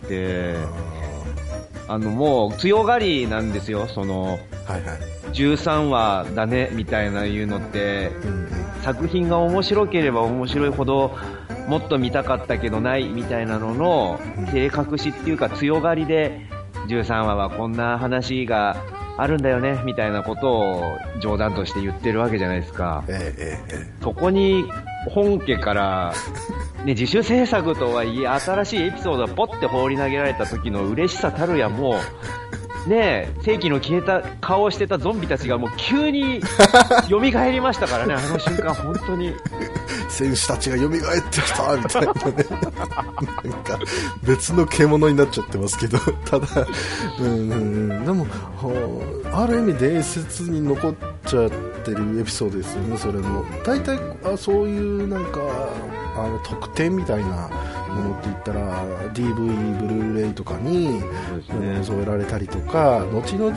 もう強がりなんですよ。13話だねみたいないうのって、作品が面白ければ面白いほどもっと見たかったけどないみたいなのの照れ隠しっていうか、強がりで13話はこんな話があるんだよねみたいなことを冗談として言ってるわけじゃないですか。そこに本家から、自主制作とはいえ新しいエピソードがポッて放り投げられた時の嬉しさたるや、もうね、世紀の消えた顔をしてたゾンビたちがもう急に蘇りましたからね。あの瞬間本当に戦士たちが蘇ってきたみたいなねなんか別の獣になっちゃってますけど、ただでもある意味伝説に残っちゃってるエピソードですよね。それも大体そういうなんか特典みたいなものって言ったら DV ブルーレイとかに添えられたりとか、後々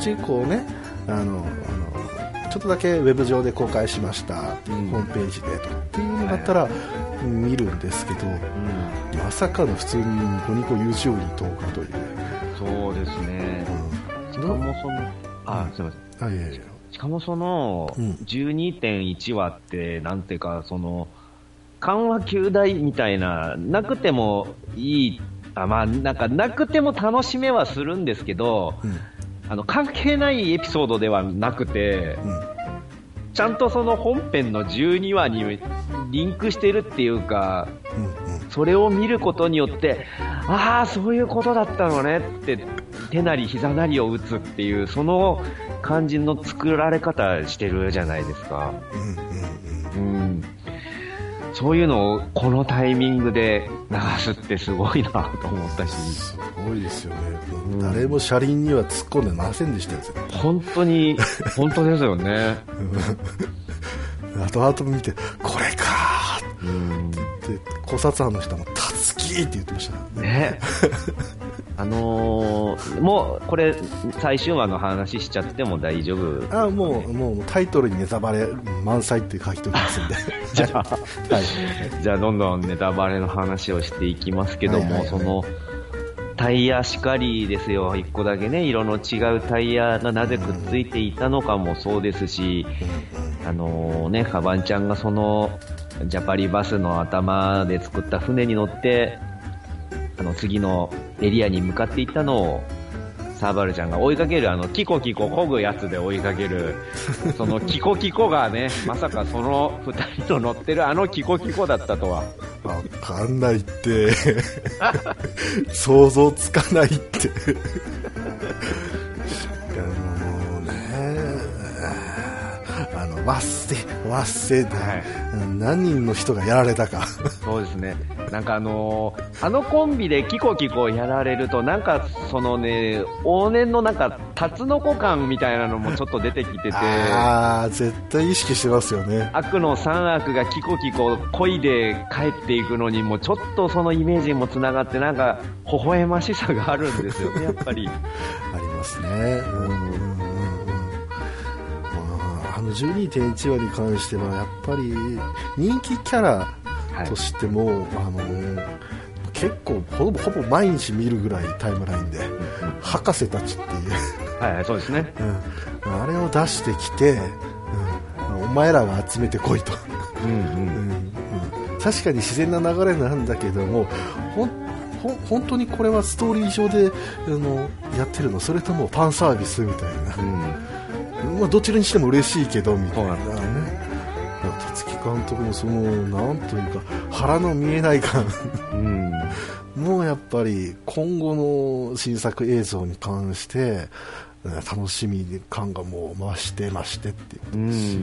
ちょっとだけウェブ上で公開しました、ホームページでとかっていうのだったら見るんですけど、まさかの普通にニコニコ YouTube に投下という。 そうですね。しかもすいません。しかも12.1 話ってなんていうか、緩和球大みたいな、なくてもいい、なんかなくても楽しめはするんですけど、関係ないエピソードではなくて、ちゃんとその本編の12話にリンクしてるっていうか、それを見ることによって、そういうことだったのねって手なり膝なりを打つっていう、その感じの作られ方してるじゃないですか。そういうのをこのタイミングで流すってすごいなと思ったし。 すごいですよね。誰も車輪には突っ込んでませんでしたよ。 本当に本当ですよね。 後々見てこれかって言って考察班の人もたつきって言ってましたね。 もうこれ最終話の話しちゃっても大丈夫？ もうタイトルにネタバレ満載って書いておきますんでじゃあどんどんネタバレの話をしていきますけども、 タイヤしかりですよ。一個だけね、色の違うタイヤがなぜくっついていたのかもそうですし、カバンちゃんがそのジャパリバスの頭で作った船に乗って次のエリアに向かっていったのをサーバルちゃんが追いかける、キコキコ漕ぐやつで追いかけるそのキコキコがね、まさかその2人の乗ってるキコキコだったとはわかんないって想像つかないってもうね、わっせで、何人の人がやられたかそうですね。なんかコンビでキコキコやられると、なんかそのね、往年のなんかタツノコ感みたいなのもちょっと出てきてて、 絶対意識してますよね。 悪の三悪がキコキコ恋で帰っていくのにもちょっとそのイメージもつながって、なんか微笑ましさがあるんですよね、やっぱりありますね。12.1 話に関してはやっぱり人気キャラとしても、結構ほぼ毎日見るぐらいタイムラインで、博士たちっていうそうですね、 あれを出してきて、お前らが集めてこいと確かに自然な流れなんだけども、本当にこれはストーリー上でやってるの、それともファンサービスみたいな、どちらにしても嬉しいけどみたいなね。辰木監督のそのなんというか腹の見えない感もうやっぱり今後の新作映像に関して楽しみ感がもう増してっていうことし、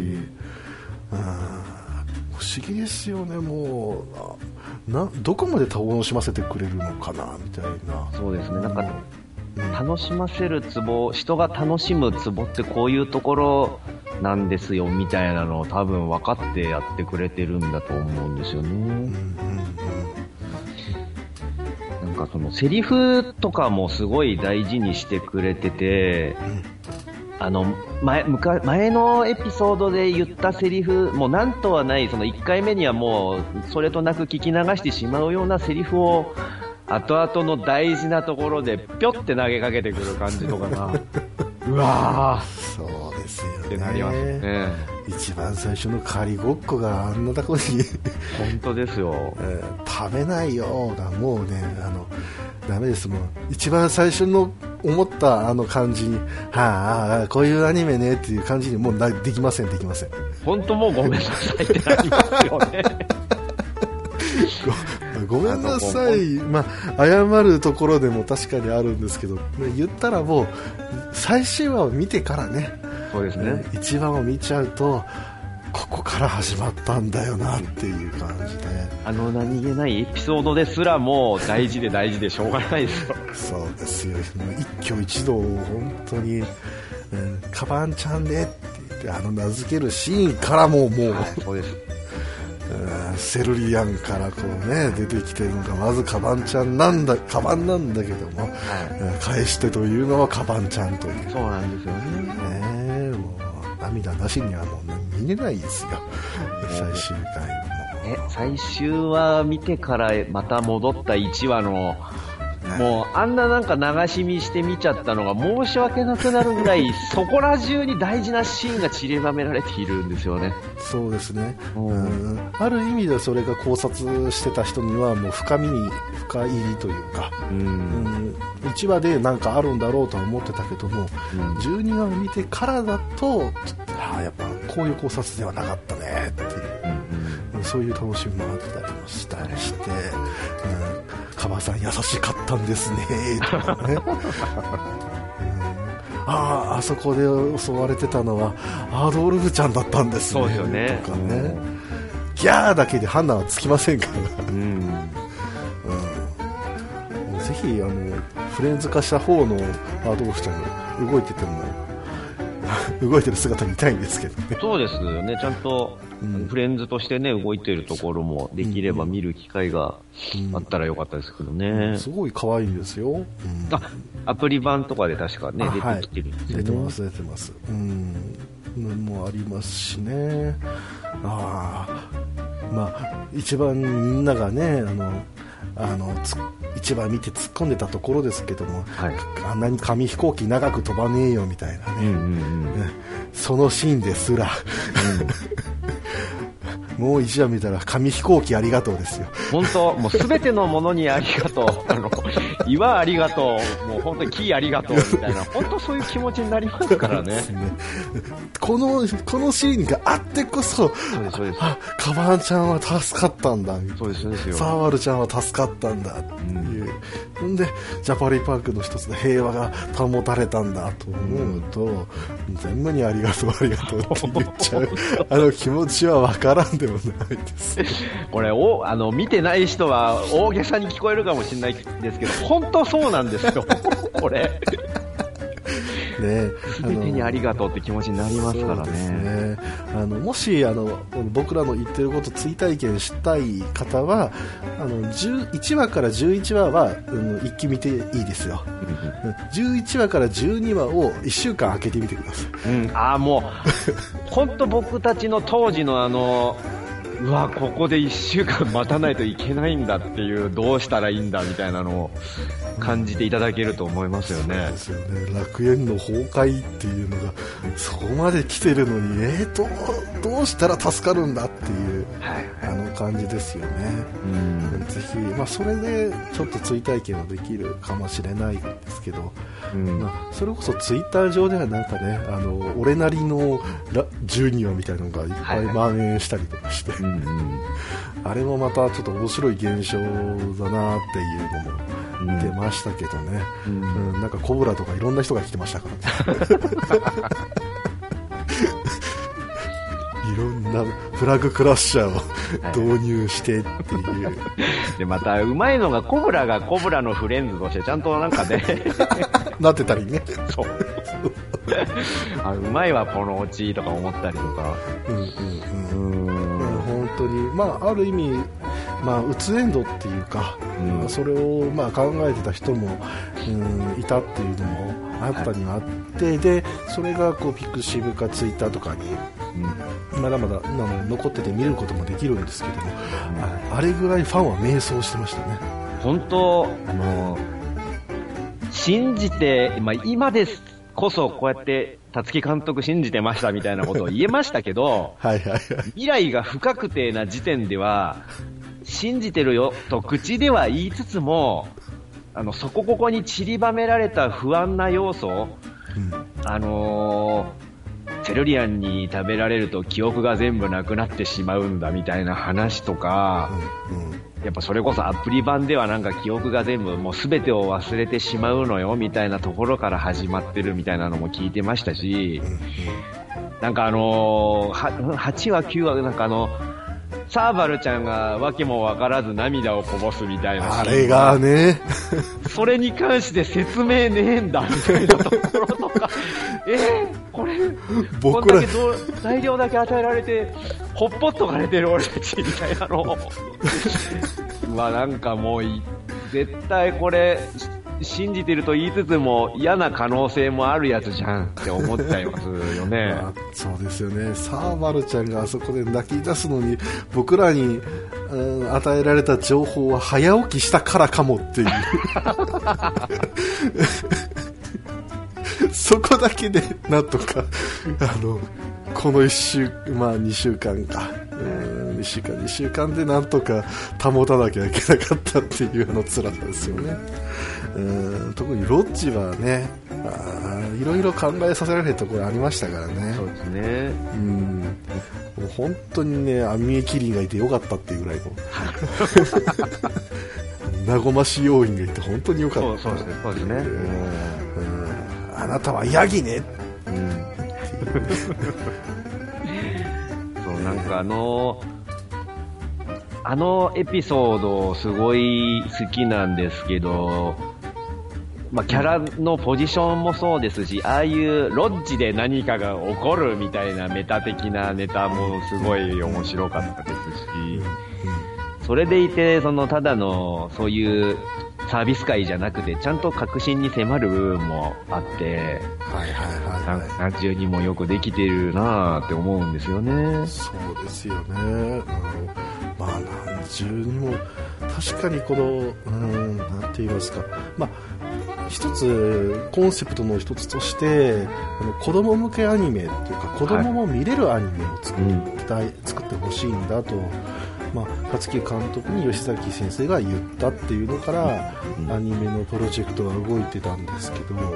不思議ですよね。もうどこまで楽しませてくれるのかなみたいな。 そうですね、なんか楽しませるツボ、人が楽しむツボってこういうところなんですよみたいなのを多分分かってやってくれてるんだと思うんですよね。なんかそのセリフとかもすごい大事にしてくれてて、前のエピソードで言ったセリフもうなんとはない、その1回目にはもうそれとなく聞き流してしまうようなセリフを後々の大事なところでぴょって投げかけてくる感じとかがうわー、 そうですよねってなりますね。 一番最初の仮ごっこがあんなとこに本当ですよ、 食べないよがもうね、ダメです。もう一番最初の思った感じに、こういうアニメねっていう感じにもうできません。 本当もうごめんなさいってなりますよねごめんなさい、謝るところでも確かにあるんですけど、言ったらもう最終話を見てからね、 そうですね、 1話を見ちゃうとここから始まったんだよなっていう感じで、 何気ないエピソードですらもう大事でしょうがないですよそうですよ、一挙一動を本当に、カバンちゃんねって言って名付けるシーンからもそうですセルリアンからこうね出てきてるのがまずカバンちゃんなんだ、カバンなんだけども、返してというのはカバンちゃんという、 そうなんですよね。 もう涙なしにはもう見れないですよ、最終回も。 最終話見てからまた戻った1話のもうあんななんか流し見して見ちゃったのが申し訳なくなるぐらいそこら中に大事なシーンが散りばめられているんですよね。 そうですね、ある意味でそれが考察してた人にはもう深入りというか、1話でなんかあるんだろうとは思ってたけども、12話を見てからだとやっぱこういう考察ではなかったねっていう、そういう楽しみもあったりもしたりして、カバさん優しかったんですねとかねあそこで襲われてたのはアドルフちゃんだったんですね、 そうですよねとかね、ギャーだけで判断はつきませんからもうぜひフレンズ化した方のアドルフちゃんが動いてても動いてる姿見たいんですけどね。 そうですよね、ちゃんとフレンズとしてね動いてるところもできれば見る機会があったらよかったですけどね。 すごい可愛いんですよ。 アプリ版とかで確かね出てきてるんですよね。 出てます。もありますしね。一番みんながね一話見て突っ込んでたところですけども、はい、あんなに紙飛行機長く飛ばねえよみたいなね、そのシーンですら、もう一話見たら紙飛行機ありがとうですよ。 本当、もうすべてのものにありがとう、岩ありがとう、もう本当に木ありがとうみたいな、本当そういう気持ちになりますからね。 このシーンがあってこそ、カバンちゃんは助かったんだみたいな、そうですよ、サーワルちゃんは助かったんだっていう、んでジャパリパークの一つの平和が保たれたんだと思うと、全部にありがとうありがとうって言っちゃう気持ちは分からんでもないです。 これ見てない人は大げさに聞こえるかもしれないですけど、本当そうなんですよこれね、全てにありがとうって気持ちになりますからね。 もし僕らの言ってること追体験したい方は1話から11話は、一気見ていいですよ。11話から12話を1週間空けてみてください。 もう本当僕たちの当時のうわ、ここで1週間待たないといけないんだっていう、どうしたらいいんだみたいなのを感じていただけると思いますよね。 そうですよね。楽園の崩壊っていうのがそこまで来てるのに、どうしたら助かるんだっていう、感じですよね。ぜひ、それでちょっと追体験はできるかもしれないんですけど、それこそツイッター上ではなんかね、俺なりのジュニアみたいなのがいっぱい蔓延したりとかして、あれもまたちょっと面白い現象だなっていうのも出ましたけどね、なんかコブラとかいろんな人が来てましたからねいろんなフラグクラッシャーを導入してっていう、 でまたうまいのがコブラがコブラのフレンズとしてちゃんとなんかねなってたりね。 そううまいわこのオチとか思ったりとか、 本当にある意味うつエンドっていうか、それを考えてた人もいたっていうのもあったにはあって、でそれがピクシブかツイッターとかにまだまだ残ってて見ることもできるんですけども、あれぐらいファンは迷走してましたね。 本当信じて、今ですこそこうやって辰木監督信じてましたみたいなことを言えましたけど未来が不確定な時点では信じてるよと口では言いつつも、そこここに散りばめられた不安な要素、セルリアンに食べられると記憶が全部なくなってしまうんだみたいな話とか、やっぱそれこそアプリ版ではなんか記憶が全部もう全てを忘れてしまうのよみたいなところから始まってるみたいなのも聞いてましたし、なんか8話9話なんかサーバルちゃんが訳も分からず涙をこぼすみたいな、 あれがねそれに関して説明ねえんだみたいなところとかこれ僕らこんだけ材料だけ与えられてほっぽっとかれてる俺たちみたいなのをなんかもう絶対これ信じてると言いつつも嫌な可能性もあるやつじゃんって思っちゃいますよねそうですよね。サーバルちゃんがあそこで泣き出すのに僕らに、与えられた情報は早起きしたからかもっていうそこだけでなんとかこの2週間か2週間でなんとか保たなきゃいけなかったっていう辛さですよね。特にロッジはね、いろいろ考えさせられるところありましたからね。 そうですね。 もう本当にね、アミエキリンがいてよかったっていうぐらいの和まし要因がいて本当によかった。 そうですね。 あなたはヤギね。 そうなんかエピソードすごい好きなんですけど、キャラのポジションもそうですし、ああいうロッジで何かが起こるみたいなメタ的なネタもすごい面白かったですし、それでいてただのそういうサービス界じゃなくてちゃんと革新に迫る部分もあって、何重にもよくできてるなって思うんですよね。 そうですよね。 まあ何重にも確かにこのなんて言いますか、まあ一つコンセプトの一つとして子供向けアニメというか子供も見れるアニメを作ってほしいんだと、まあ、勝木監督に吉崎先生が言ったっていうのから、アニメのプロジェクトが動いてたんですけど、でも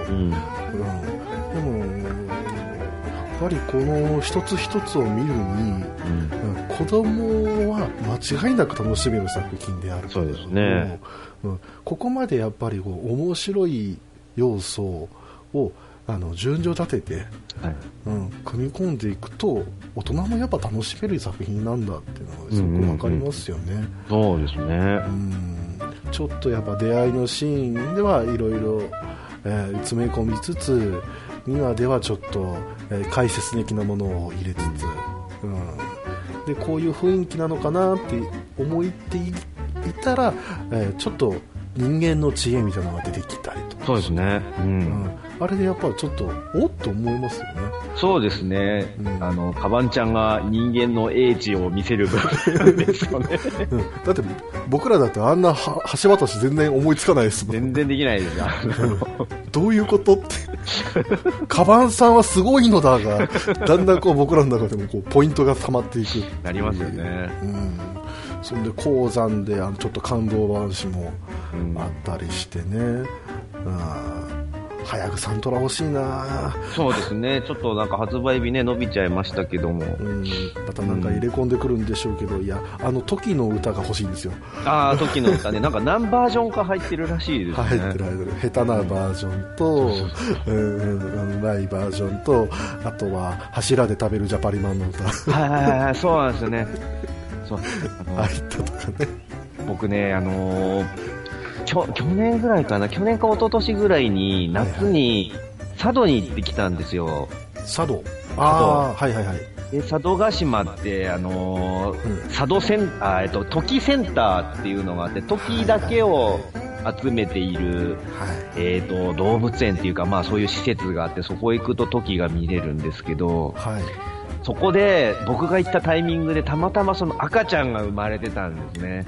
やっぱりこの一つ一つを見るに、子供は間違いなく楽しめる作品である。 そうですね。 ここまでやっぱり面白い要素を順序立てて、組み込んでいくと大人もやっぱ楽しめる作品なんだっていうのがすごく分かりますよね。 そうですね。 ちょっとやっぱ出会いのシーンではいろいろ詰め込みつつ、2話ではちょっと、解説的なものを入れつつ、でこういう雰囲気なのかなって思っていたら、ちょっと人間の知恵みたいなのが出てきたりとか。 そうですね。 あれでやっぱりちょっとおっと思いますよね。 そうですね。カバンちゃんが人間の英知を見せる部分ですよね。 だって僕らだってあんな橋渡し全然思いつかないですもん。 全然できないですよ。 どういうことって。カバンさんはすごいのだが、だんだん僕らの中でもポイントが溜まっていく。 なりますよね。 そんで鉱山でちょっと感動話もあったりしてね。早くサントラ欲しいな。 そうですね。ちょっとなんか発売日ね伸びちゃいましたけども、 またなんか入れ込んでくるんでしょうけど、いや時の歌が欲しいんですよ。 時の歌ね。なんか何バージョンか入ってるらしいですね。 入ってる下手なバージョンとうまいバージョンと、あとは柱で食べるジャパリマンの歌。 はい、そうなんですよね。そうあいったとかね。 僕ね去年ぐらいかな、去年か一昨年ぐらいに夏に佐渡に行ってきたんですよ。 佐渡。はいはいはい。 で佐渡島って佐渡トキセンターっていうのがあって、トキだけを集めている、動物園っていうか、まあそういう施設があって、そこ行くとトキが見れるんですけど、そこで僕が行ったタイミングでたまたまその赤ちゃんが生まれてたんですね。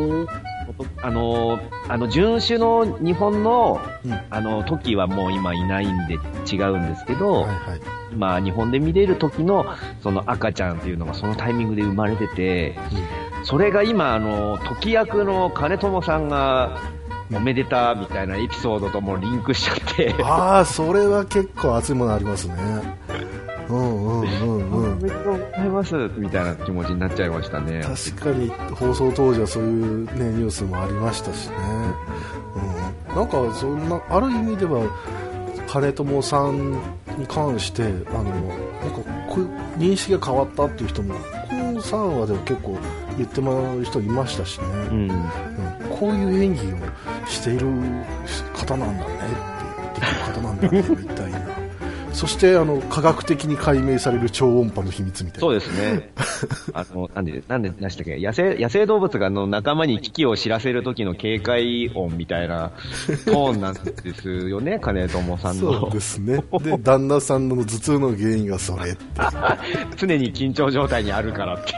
純種の日本の、トキはもう今いないんで違うんですけど、まあ日本で見れる時のその赤ちゃんっていうのがそのタイミングで生まれてて、それが今トキ役の金友さんがおめでたみたいなエピソードともリンクしちゃって、 それは結構熱いものありますね。 おめでとうございますみたいな気持ちになっちゃいましたね。 確かに放送当時はそういう、ニュースもありましたしね。なんかそんなある意味では金友さんに関してなんかこう認識が変わったっていう人もこの3話では結構言ってもらう人いましたしね。こういう演技をしている方なんだねってできる方なんだねみたいな。そして科学的に解明される超音波の秘密みたいな。 そうですね。なんで出したっけ、野生動物が仲間に危機を知らせる時の警戒音みたいなトーンなんですよね、金友さんの。 そうですね。で、旦那さんの頭痛の原因がそれって。 常に緊張状態にあるからっていう。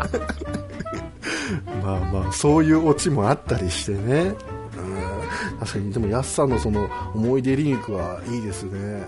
まあまあ、そういうオチもあったりしてね。確かに。でもヤスさんのその思い出リンクはいいですね。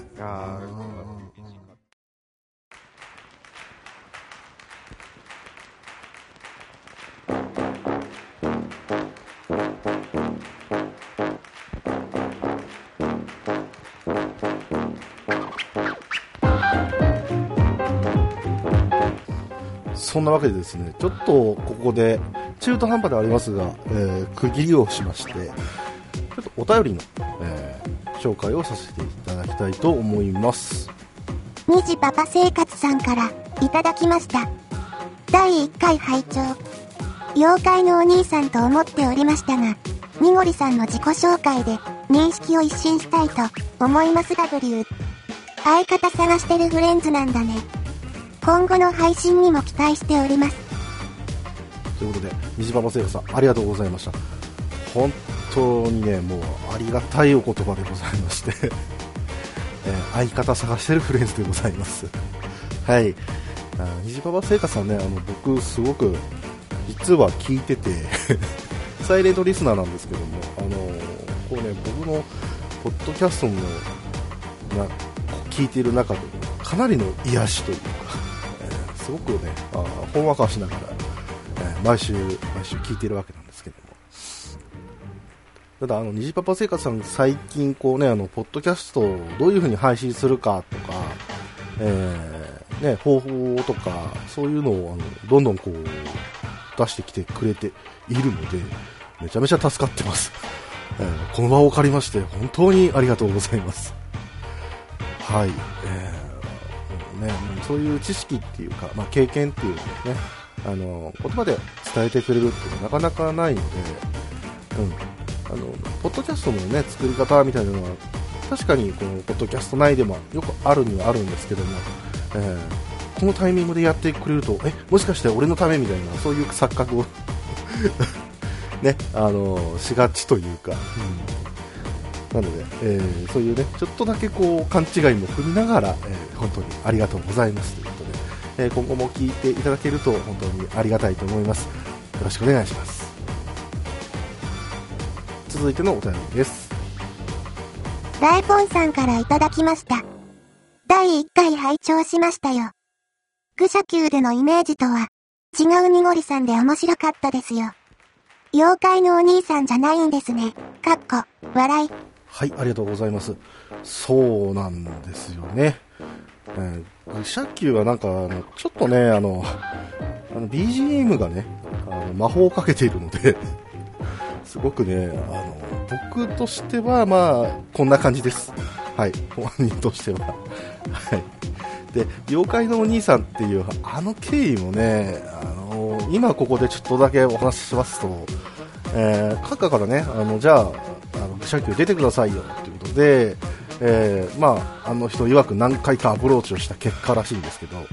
そんなわけでですね、ちょっとここで中途半端ではありますが、区切りをしまして、ちょっとお便りの、紹介をさせていただきたいと思います。 虹パパ生活さんからいただきました。第1回拝聴。妖怪のお兄さんと思っておりましたが、にごりさんの自己紹介で認識を一新したいと思います。 W 相方探してるフレンズなんだね。今後の配信にも期待しております。 ということで、虹パパ生活さんありがとうございました。本当にね、もうありがたいお言葉でございまして相方探してるフレンズでございます。はい。虹パパ生活さんね、僕すごく実は聞いててサイレントリスナーなんですけども、こうね、僕のポッドキャストの聞いている中でもかなりの癒しというか、すごくね、ほんわかしながら、毎週聞いているわけなんですけども、ただ虹パパ生活さん最近こうね、ポッドキャストをどういう風に配信するかとか、ね、方法とかそういうのをどんどんこう出してきてくれているので、めちゃめちゃ助かってます。この場を借りまして本当にありがとうございます。はい、ね、そういう知識っていうか、経験っていうのをね、言葉で伝えてくれるっていうのはなかなかないので、ポッドキャストのね、作り方みたいなのは確かにこのポッドキャスト内でもよくあるにはあるんですけども、このタイミングでやってくれると、もしかして俺のためみたいな、そういう錯覚をね、しがちというか、なので、そういうね、ちょっとだけこう勘違いも踏みながら、本当にありがとうございますということで、今後も聞いていただけると本当にありがたいと思います。よろしくお願いします。続いてのお便りです。 大根さんからいただきました。第1回拝聴しましたよ。愚者級でのイメージとは違うにごりさんで面白かったですよ。妖怪のお兄さんじゃないんですね。笑い。 はい、ありがとうございます。そうなんですよね。愚者級はなんかちょっとね、BGM がね、魔法をかけているのですごくね、僕としてはこんな感じです。はい、本人としてははい。で、妖怪のお兄さんっていう経緯もね、今ここでちょっとだけお話ししますと、閣下からね、じゃあ愚者級出てくださいよということで、人曰く何回かアプローチをした結果らしいんですけど、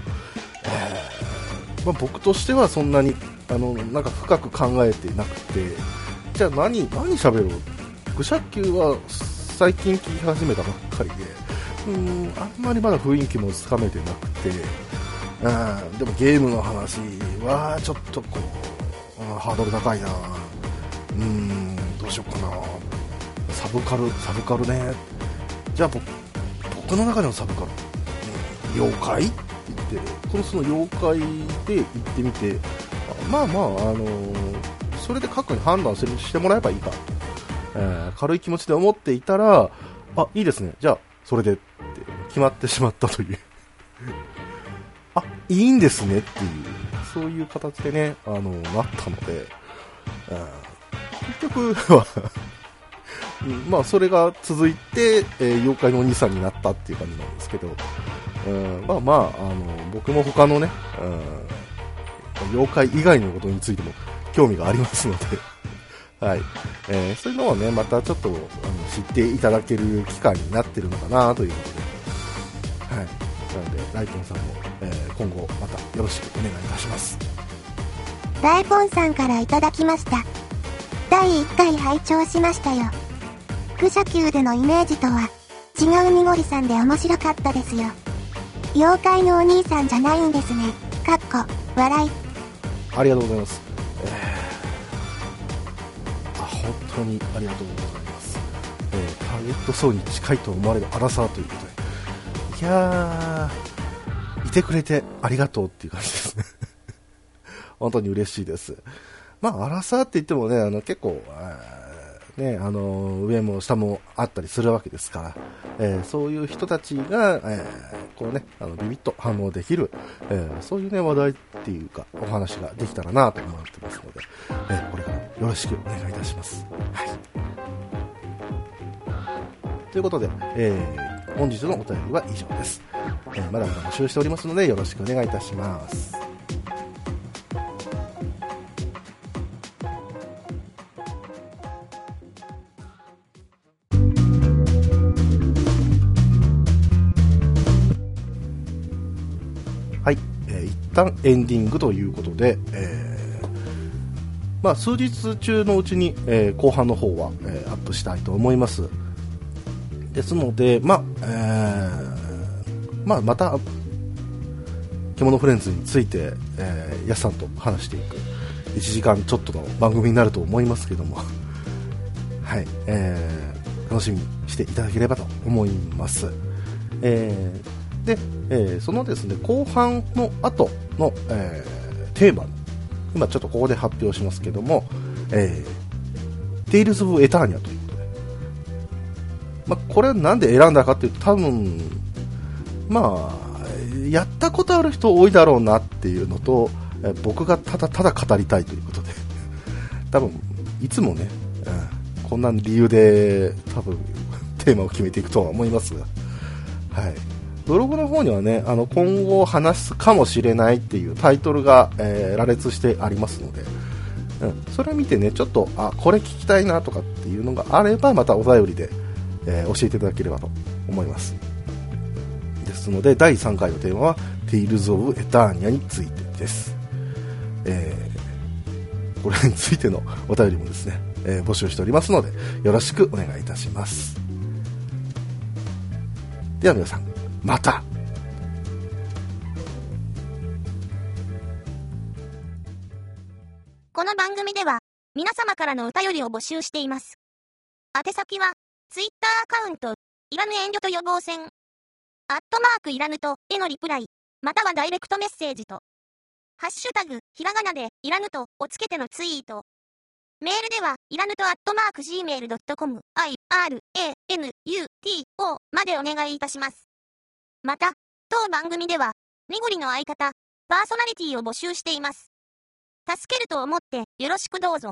僕としてはそんなになんか深く考えてなくて、じゃあ何喋ろう。愚者級は最近聞き始めたばっかりで、あんまりまだ雰囲気もつかめてなくて、でもゲームの話はちょっとこう、ハードル高いな、どうしようかな、サブカルね。じゃあ僕の中でのサブカル、妖怪って言って、その妖怪で行ってみて、それで各に判断してもらえばいいかと、軽い気持ちで思っていたら、いいですね、じゃあそれでって決まってしまったといういいんですねっていう、そういう形でね、なったので、結局はそれが続いて、妖怪のお兄さんになったっていう感じなんですけど、僕も他のね、妖怪以外のことについても興味がありますのではい、そういうのをね、またちょっと知っていただける機会になってるのかなということで、はい、なのでライポンさんも、今後またよろしくお願いいたします。 ライポンさんからいただきました。第1回拝聴しましたよ。愚者級でのイメージとは違うにごりさんで面白かったですよ。妖怪のお兄さんじゃないんですね。笑い。 ありがとうございます。本当にありがとうございます。ターゲット層に近いと思われるアラサーということで、いやー、いてくれてありがとうっていう感じですね本当に嬉しいです。アラサーって言ってもね、結構上も下もあったりするわけですから、そういう人たちが、こうね、ビビッと反応できる、そういうね、話題っていうかお話ができたらなと思ってますので、これからよろしくお願いいたします。はい。ということで、本日のお便りは以上です。まだまだ募集しておりますのでよろしくお願いいたします。はい、一旦エンディングということで、数日中のうちに、後半の方は、アップしたいと思います。ですので、また獣フレンズについて、やすさんと話していく、 1時間ちょっとの番組になると思いますけどもはい、楽しみにしていただければと思います。で、そのですね後半の後の、テーマの今ちょっとここで発表しますけども、テイルズ・オブ・エターニャということで、これはなんで選んだかというと、多分やったことある人多いだろうなっていうのと、僕がただただ語りたいということで多分いつもね、こんな理由で多分テーマを決めていくとは思いますが、はい、ブログの方にはね今後話すかもしれないっていうタイトルが、羅列してありますので、それを見てねちょっとこれ聞きたいなとかっていうのがあればまたお便りで、教えていただければと思います。ですので第3回のテーマは Tales of Eternia についてです。これについてのお便りもですね、募集しておりますのでよろしくお願いいたします。では皆さんまた。 この番組では皆様からのお便りを募集しています。宛先は Twitter アカウントいらぬ遠慮と予防線@いらぬとへのリプライまたはダイレクトメッセージとハッシュタグひらがなでいらぬとをつけてのツイート。メールではいらぬと@gmail.com IRANUTO までお願いいたします。また当番組ではみごりの相方パーソナリティを募集しています。助けると思ってよろしくどうぞ。